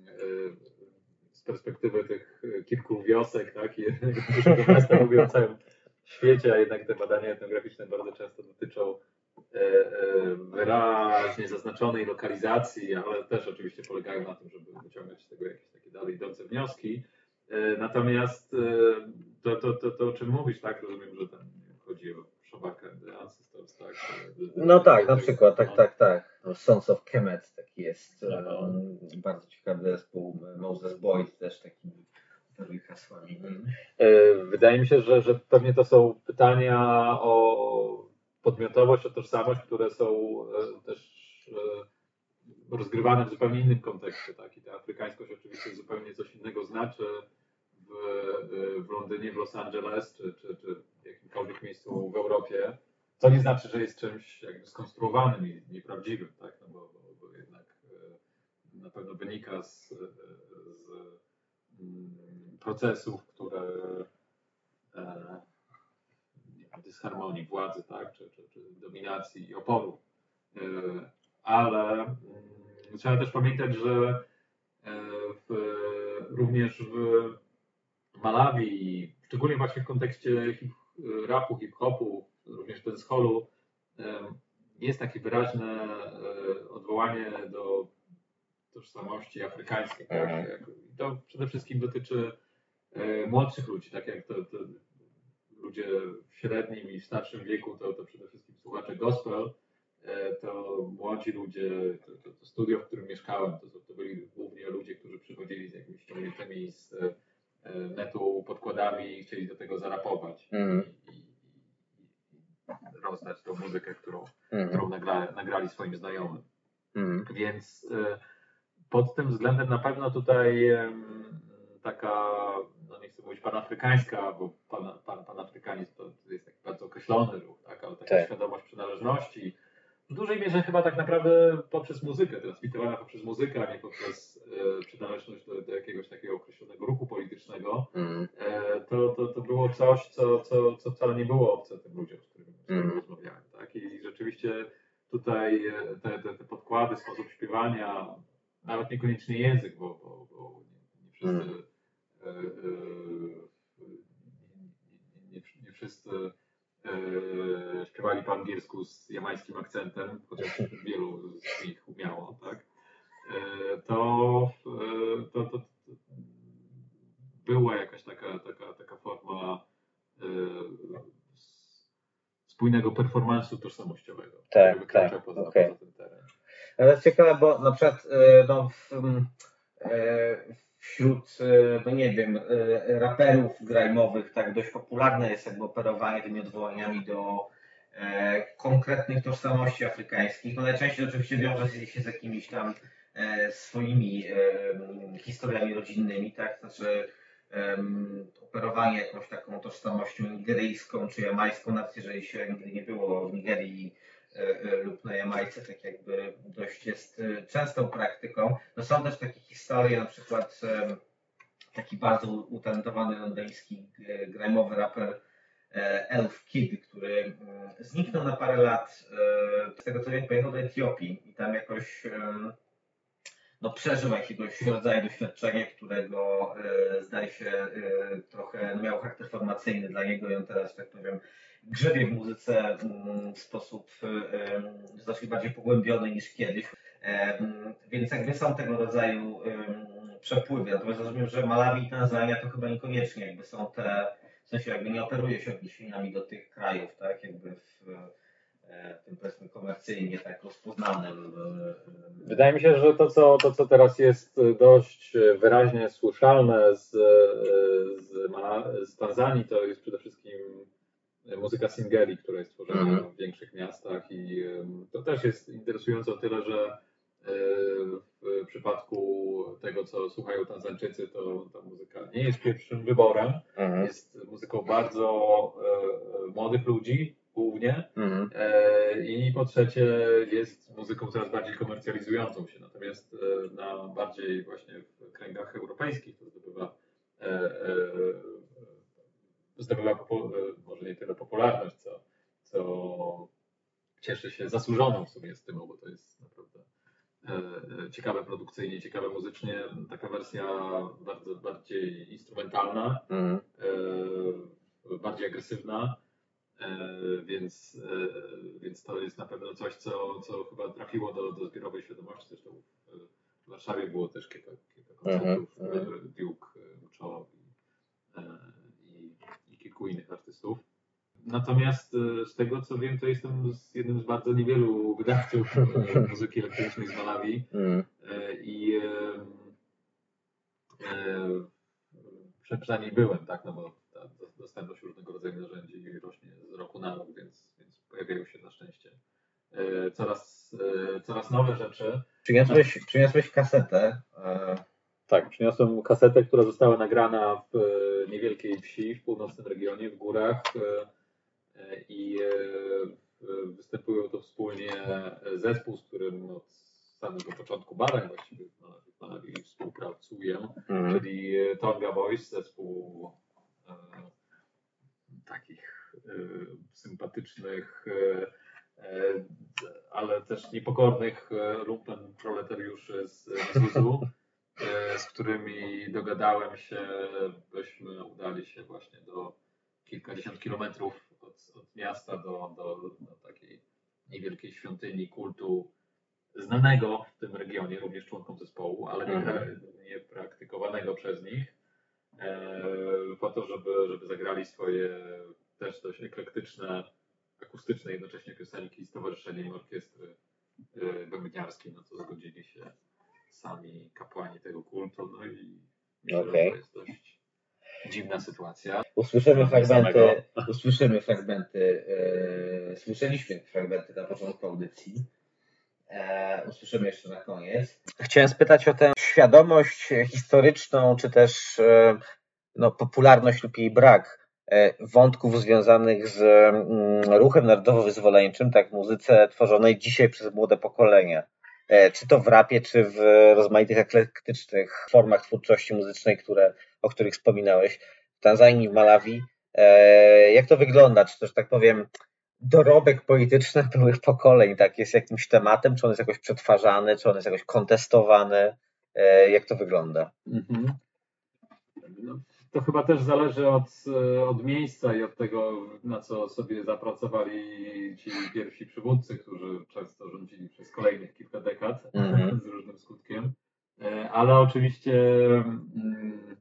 z perspektywy tych kilku wiosek, tak, i dużego miasta mówię o całym świecie, a jednak te badania etnograficzne bardzo często dotyczą e, e, wyraźnie zaznaczonej lokalizacji, ale też oczywiście polegają na tym, żeby wyciągać z tego jakieś takie dalej idące wnioski. Natomiast to, to, to, to o czym mówisz, tak, rozumiem, że tam chodzi o Shabaka and the Ancestors, tak? No tak, na przykład, tak, tak, tak. Sons of Kemet taki jest um, bardzo ciekawy zespół, Moses Boyd też taki operuje hasłami. Wydaje mi się, że, że pewnie to są pytania o podmiotowość, o tożsamość, które są też rozgrywane w zupełnie innym kontekście, tak? I ta afrykańskość oczywiście zupełnie coś innego znaczy w, w Londynie, w Los Angeles, czy, czy, czy w jakimkolwiek miejscu w Europie, co nie znaczy, że jest czymś jakby skonstruowanym i nieprawdziwym, tak? No bo, bo, bo jednak na pewno wynika z, z procesów, które nie wiem, dysharmonii władzy, tak? Czy, czy, czy dominacji i oporu. Ale trzeba też pamiętać, że w, również w Malawi, szczególnie właśnie w kontekście hip, rapu, hip-hopu, również dancehallu, jest takie wyraźne odwołanie do tożsamości afrykańskiej. Tak? I to przede wszystkim dotyczy młodszych ludzi, tak jak to, to ludzie w średnim i w starszym wieku, to, to przede wszystkim słuchacze gospel, to młodzi ludzie, to, to, to studio, w którym mieszkałem, to, to byli głównie ludzie, którzy przychodzili z jakimiś ściągniętymi z netu podkładami i chcieli do tego zarapować mm. i, i, i rozdać tą muzykę, którą, mm. którą nagra, nagrali swoim znajomym. Mm. Więc pod tym względem na pewno tutaj taka, no nie chcę mówić panafrykańska, bo pan, pan, panafrykanizm to jest taki bardzo określony ruch, tak? Ale taka tak. świadomość przynależności w dużej mierze chyba tak naprawdę poprzez muzykę, transmitowana poprzez muzykę, a nie poprzez e, przynależność do, do jakiegoś takiego określonego ruchu politycznego, mm. e, to, to, to było coś, co, co, co wcale nie było obce tym ludziom, z którymi mm. rozmawiałem. Tak? I rzeczywiście tutaj te, te, te podkłady, sposób śpiewania, nawet niekoniecznie język, bo, bo, bo nie, nie wszyscy mm. e, e, nie, nie, nie wszyscy e, śpiewali po angielsku z jamańskim akcentem, chociaż wielu z nich umiało, tak? E, to, e, to, to, to była jakaś taka, taka, taka forma e, spójnego performance'u tożsamościowego, tak, który wykracza tak, poza, okay. poza ten teren. Ale to jest ciekawe, bo na przykład no, w, wśród, no nie wiem, raperów grajmowych tak dość popularne jest jakby operowanie tymi odwołaniami do e, konkretnych tożsamości afrykańskich. No najczęściej oczywiście wiąże się z jakimiś tam e, swoimi e, historiami rodzinnymi, tak? Znaczy e, operowanie jakąś taką tożsamością nigeryjską czy jamańską, nawet jeżeli się nigdy nie było w Nigerii lub na Jamajce, tak jakby dość jest częstą praktyką. No są też takie historie, na przykład taki bardzo utalentowany londyński grajmowy raper Elf Kid, który zniknął na parę lat, z tego co wiem, pojechał do Etiopii i tam jakoś no, przeżył jakiegoś rodzaju doświadczenie, którego zdaje się trochę miał charakter formacyjny dla niego i on teraz, tak powiem, grzebie w muzyce w sposób znacznie bardziej pogłębiony niż kiedyś. Więc jakby są tego rodzaju przepływy. Natomiast rozumiem, że Malawi i Tanzania to chyba niekoniecznie jakby są te, w sensie jakby nie operuje się odniesieniami do tych krajów, tak? Jakby w tym powiedzmy komercyjnie tak rozpoznanym. Wydaje mi się, że to co, to, co teraz jest dość wyraźnie słyszalne z, z, z Tanzanii, to jest przede wszystkim muzyka singeli, która jest tworzona mm. w większych miastach i to też jest interesujące o tyle, że w przypadku tego, co słuchają Tanzańczycy, to ta muzyka nie jest pierwszym wyborem. Mm. Jest muzyką bardzo młodych ludzi głównie mm. i po trzecie jest muzyką coraz bardziej komercjalizującą się. Natomiast na bardziej właśnie w kręgach europejskich to zdobywa zdobywa może nie tyle popularność, co, co cieszy się zasłużoną w sumie stymą, bo to jest naprawdę e, ciekawe produkcyjnie, ciekawe muzycznie. Taka wersja bardzo bardziej instrumentalna, mm. e, bardziej agresywna, e, więc, e, więc to jest na pewno coś, co, co chyba trafiło do, do zbiorowej świadomości. Zresztą w, w Warszawie było też kilka, kilka koncertów, mm. Duke, Mucho i kilku innych artystów. Natomiast z tego co wiem, to jestem z jednym z bardzo niewielu wydawców muzyki elektronicznej z Malawi mm. i e, e, przynajmniej byłem, tak, no bo ta dostępność różnego rodzaju narzędzi rośnie z roku na rok, więc, więc pojawiają się na szczęście e, coraz, e, coraz nowe rzeczy. Przyniosłeś, przyniosłeś kasetę. E... Tak, przyniosłem kasetę, która została nagrana w niewielkiej wsi w północnym regionie, w górach i występują to wspólnie zespół, z którym od samego początku badań właściwie w Malawi współpracuję, mm. czyli Tonga Boys, zespół e, takich e, sympatycznych, e, ale też niepokornych lumpen proletariuszy z Zuzu, z którymi dogadałem się, byśmy udali się właśnie do kilkadziesiąt kilometrów od, od miasta do, do, do takiej niewielkiej świątyni kultu znanego w tym regionie, również członkom zespołu, ale nie, pra- nie praktykowanego przez nich, e, po to, żeby, żeby zagrali swoje też dość eklektyczne, akustyczne jednocześnie piosenki z Towarzyszeniem Orkiestry e, Bębniarskiej, no to zgodzili się sami kapłani tego kultu, no i myślę, okay. że to jest dość dziwna sytuacja. Usłyszymy fragmenty, usłyszymy fragmenty, e, słyszeliśmy fragmenty na początku audycji. E, usłyszymy jeszcze na koniec. Chciałem spytać o tę świadomość historyczną, czy też e, no, popularność lub jej brak e, wątków związanych z mm, ruchem narodowo-wyzwoleńczym, tak, muzyce tworzonej dzisiaj przez młode pokolenia. E, czy to w rapie, czy w rozmaitych eklektycznych formach twórczości muzycznej, które, o których wspominałeś, w Tanzanii, w Malawi. E, jak to wygląda? Czy to, że tak powiem, dorobek polityczny byłych pokoleń tak jest jakimś tematem, czy on jest jakoś przetwarzany, czy on jest jakoś kontestowany? Jak to wygląda? Mhm. No, to chyba też zależy od, od miejsca i od tego, na co sobie zapracowali ci pierwsi przywódcy, którzy często rządzili przez kolejnych kilka dekad mm-hmm. z różnym skutkiem. Ale oczywiście mm,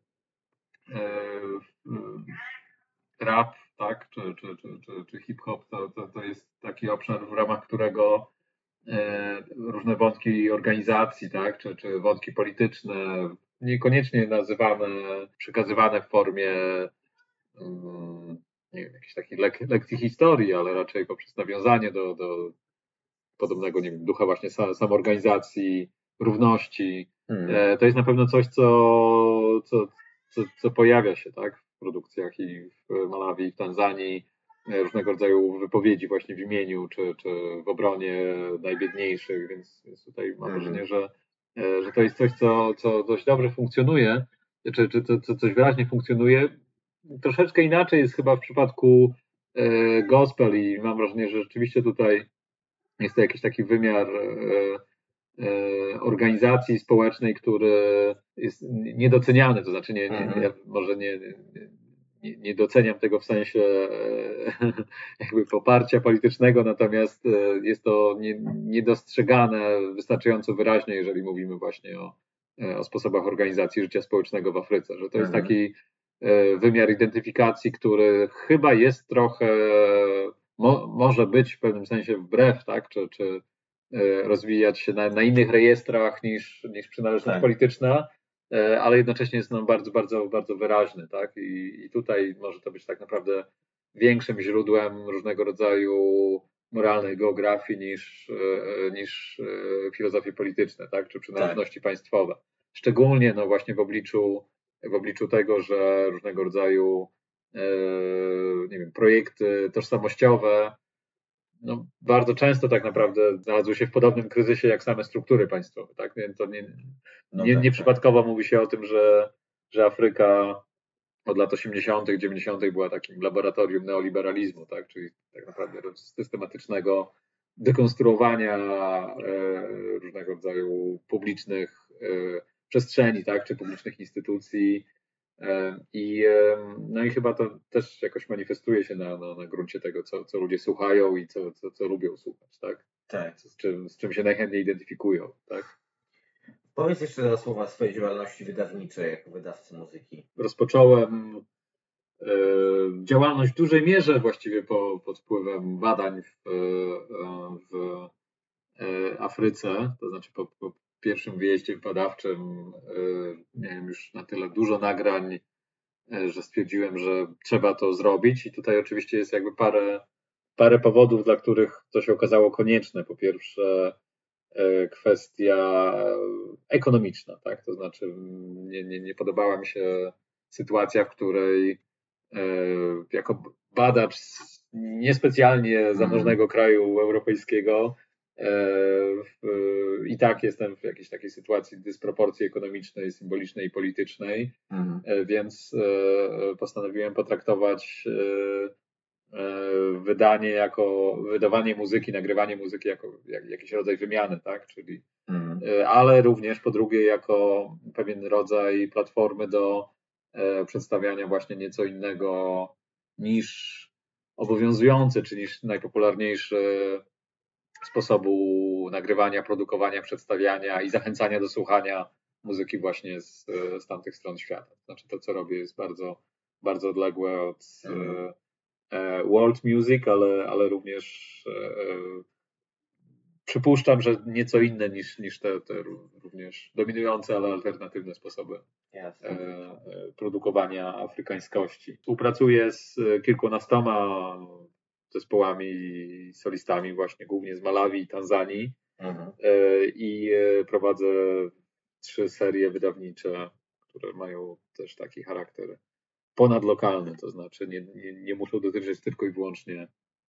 e, rap, tak, czy, czy, czy, czy, czy hip-hop to, to, to jest taki obszar, w ramach którego e, różne wątki organizacji, tak, czy, czy wątki polityczne, niekoniecznie nazywane, przekazywane w formie um, nie wiem, jakiejś takiej lek- lekcji historii, ale raczej poprzez nawiązanie do, do podobnego, nie wiem, ducha właśnie sam, samoorganizacji, równości. Hmm. E, to jest na pewno coś, co, co, co, co pojawia się, tak, w produkcjach i w Malawi, i w Tanzanii, różnego rodzaju wypowiedzi właśnie w imieniu, czy, czy w obronie najbiedniejszych, więc, więc tutaj mam wrażenie, że, że to jest coś, co, co dość dobrze funkcjonuje, czy, czy to, co coś wyraźnie funkcjonuje. Troszeczkę inaczej jest chyba w przypadku e, gospel i mam wrażenie, że rzeczywiście tutaj jest to jakiś taki wymiar e, e, organizacji społecznej, który jest niedoceniany, to znaczy nie, nie, nie, może nie, nie, nie doceniam tego w sensie e, jakby poparcia politycznego, natomiast jest to nie, niedostrzegane wystarczająco wyraźnie, jeżeli mówimy właśnie o, o sposobach organizacji życia społecznego w Afryce, że to jest taki wymiar identyfikacji, który chyba jest trochę, mo, może być w pewnym sensie wbrew, tak, czy, czy rozwijać się na, na innych rejestrach niż, niż przynależność tak. polityczna, ale jednocześnie jest no bardzo, bardzo, bardzo wyraźny, tak, i, i tutaj może to być tak naprawdę większym źródłem różnego rodzaju moralnej geografii niż, niż filozofie polityczne, tak, czy przynależności tak. państwowe. Szczególnie no właśnie w obliczu w obliczu tego, że różnego rodzaju e, nie wiem, projekty tożsamościowe no, bardzo często tak naprawdę znalazły się w podobnym kryzysie jak same struktury państwowe. Tak? Więc to nie, nie, nie przypadkowo mówi się o tym, że, że Afryka od lat osiemdziesiątych, dziewięćdziesiątych była takim laboratorium neoliberalizmu, tak? Czyli tak naprawdę systematycznego dekonstruowania e, różnego rodzaju publicznych e, przestrzeni, tak, czy publicznych instytucji i, no i chyba to też jakoś manifestuje się na, na, na gruncie tego, co, co ludzie słuchają i co, co, co lubią słuchać, tak? Tak. Z czym, z czym się najchętniej identyfikują, tak? Powiedz jeszcze dwa słowa swojej działalności wydawniczej jako wydawcy muzyki. Rozpocząłem e, działalność w dużej mierze właściwie po, pod wpływem badań w, e, w e, Afryce, to znaczy po, po pierwszym wyjeździe badawczym miałem już na tyle dużo nagrań, że stwierdziłem, że trzeba to zrobić i tutaj oczywiście jest jakby parę, parę powodów, dla których to się okazało konieczne. Po pierwsze kwestia ekonomiczna, tak? To znaczy nie, nie, nie podobała mi się sytuacja, w której jako badacz z niespecjalnie zamożnego kraju europejskiego i tak jestem w jakiejś takiej sytuacji dysproporcji ekonomicznej, symbolicznej i politycznej, mhm. więc postanowiłem potraktować wydanie jako, wydawanie muzyki, nagrywanie muzyki jako jak, jakiś rodzaj wymiany, tak? Czyli, mm. ale również po drugie jako pewien rodzaj platformy do e, przedstawiania właśnie nieco innego niż obowiązujący, czy niż najpopularniejszy sposobu nagrywania, produkowania, przedstawiania i zachęcania do słuchania muzyki właśnie z, z tamtych stron świata. Znaczy to, co robię, jest bardzo, bardzo odległe od mm. e, world music, ale, ale również e, przypuszczam, że nieco inne niż, niż te, te również dominujące, ale alternatywne sposoby yes. e, e, produkowania afrykańskości. Współpracuję z kilkunastoma zespołami i solistami właśnie głównie z Malawi i Tanzanii mhm. e, i prowadzę trzy serie wydawnicze, które mają też taki charakter ponadlokalny, to znaczy nie, nie, nie muszą dotyczyć tylko i wyłącznie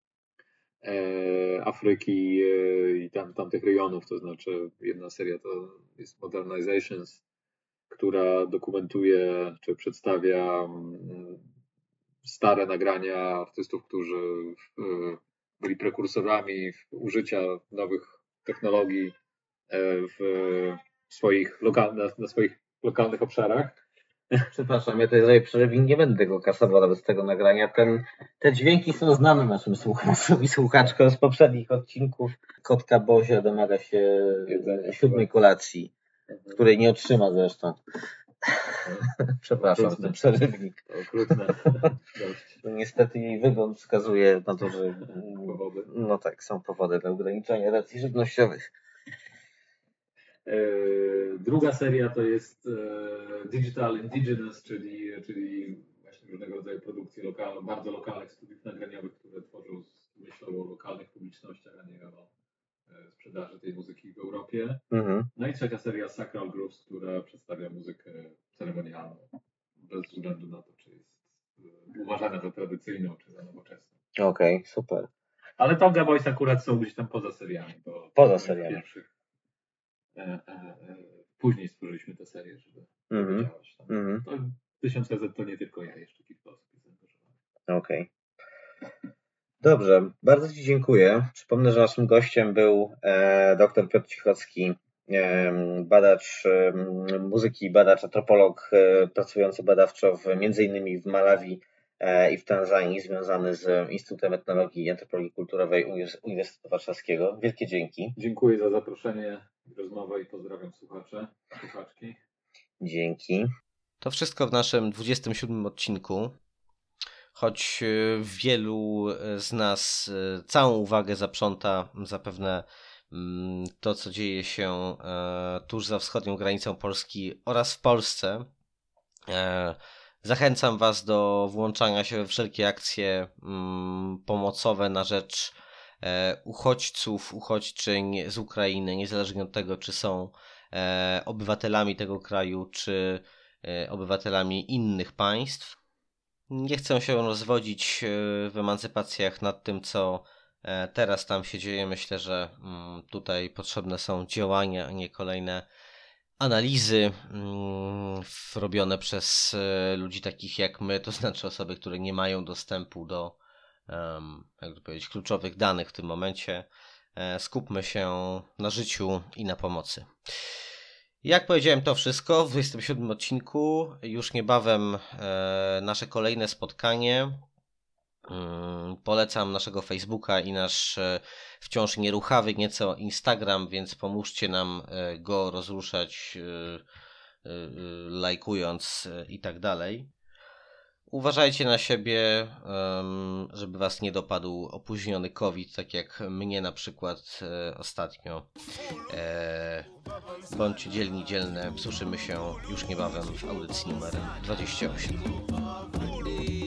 Afryki i tam, tamtych rejonów, to znaczy jedna seria to jest Modernizations, która dokumentuje czy przedstawia stare nagrania artystów, którzy byli prekursorami użycia nowych technologii w swoich lokal, na, na swoich lokalnych obszarach. Przepraszam, ja tutaj zrobię przerywnik, nie będę tego kasował nawet z tego nagrania. Ten, te dźwięki są znane naszym słuchaczom i słuchaczkom z poprzednich odcinków. Kotka Bozia domaga się siódmej kolacji, której nie otrzyma zresztą. Przepraszam, okrutne. Ten przerywnik. Okrutne. Niestety jej wygląd wskazuje na to, że powody. No tak, są powody dla ograniczenia racji żywnościowych. Druga seria to jest Digital Indigenous, czyli, czyli właśnie różnego rodzaju produkcje lokalne, bardzo lokalnych studiów nagraniowych, które tworzą z myślą o lokalnych publicznościach, a nie o sprzedaży tej muzyki w Europie. Mhm. No i trzecia seria Sacral Grooves, która przedstawia muzykę ceremonialną, bez względu na to, czy jest uważana za tradycyjną, czy za nowoczesną. Okej, okay, super. Ale Tonga Boys akurat są gdzieś tam poza seriami. Bo poza seriami. Pierwszych, e, e, e, później stworzyliśmy tę serię, żeby mm-hmm. działać tam. Mm-hmm. To tysiąc R Z to nie tylko ja, jeszcze kilka osób jest zaangażowanych. Okej. Okay. Dobrze, bardzo Ci dziękuję. Przypomnę, że naszym gościem był e, dr Piotr Cichocki, e, badacz e, muzyki, badacz, antropolog, e, pracujący badawczo w, między innymi w Malawi e, i w Tanzanii, związany z Instytutem Etnologii i Antropologii Kulturowej Uniwersytetu Warszawskiego. Wielkie dzięki. Dziękuję za zaproszenie i rozmowę i pozdrawiam słuchacze, słuchaczki. Dzięki. To wszystko w naszym dwudziestym siódmym odcinku. Choć wielu z nas całą uwagę zaprząta zapewne to, co dzieje się tuż za wschodnią granicą Polski oraz w Polsce, zachęcam Was do włączania się we wszelkie akcje pomocowe na rzecz uchodźców, uchodźczyń z Ukrainy, niezależnie od tego, czy są obywatelami tego kraju, czy obywatelami innych państw. Nie chcę się rozwodzić w emancypacjach nad tym, co teraz tam się dzieje. Myślę, że tutaj potrzebne są działania, a nie kolejne analizy robione przez ludzi takich jak my, to znaczy osoby, które nie mają dostępu do, jak to powiedzieć, kluczowych danych w tym momencie. Skupmy się na życiu i na pomocy. Jak powiedziałem, to wszystko w dwudziestym siódmym odcinku. Już niebawem e, nasze kolejne spotkanie. Hmm, polecam naszego Facebooka i nasz e, wciąż nieruchawy nieco Instagram, więc pomóżcie nam e, go rozruszać, e, e, lajkując e, i tak dalej. Uważajcie na siebie, żeby Was nie dopadł opóźniony COVID, tak jak mnie na przykład ostatnio. Bądźcie dzielni, dzielne. Słyszymy się już niebawem w audycji numer dwadzieścia osiem.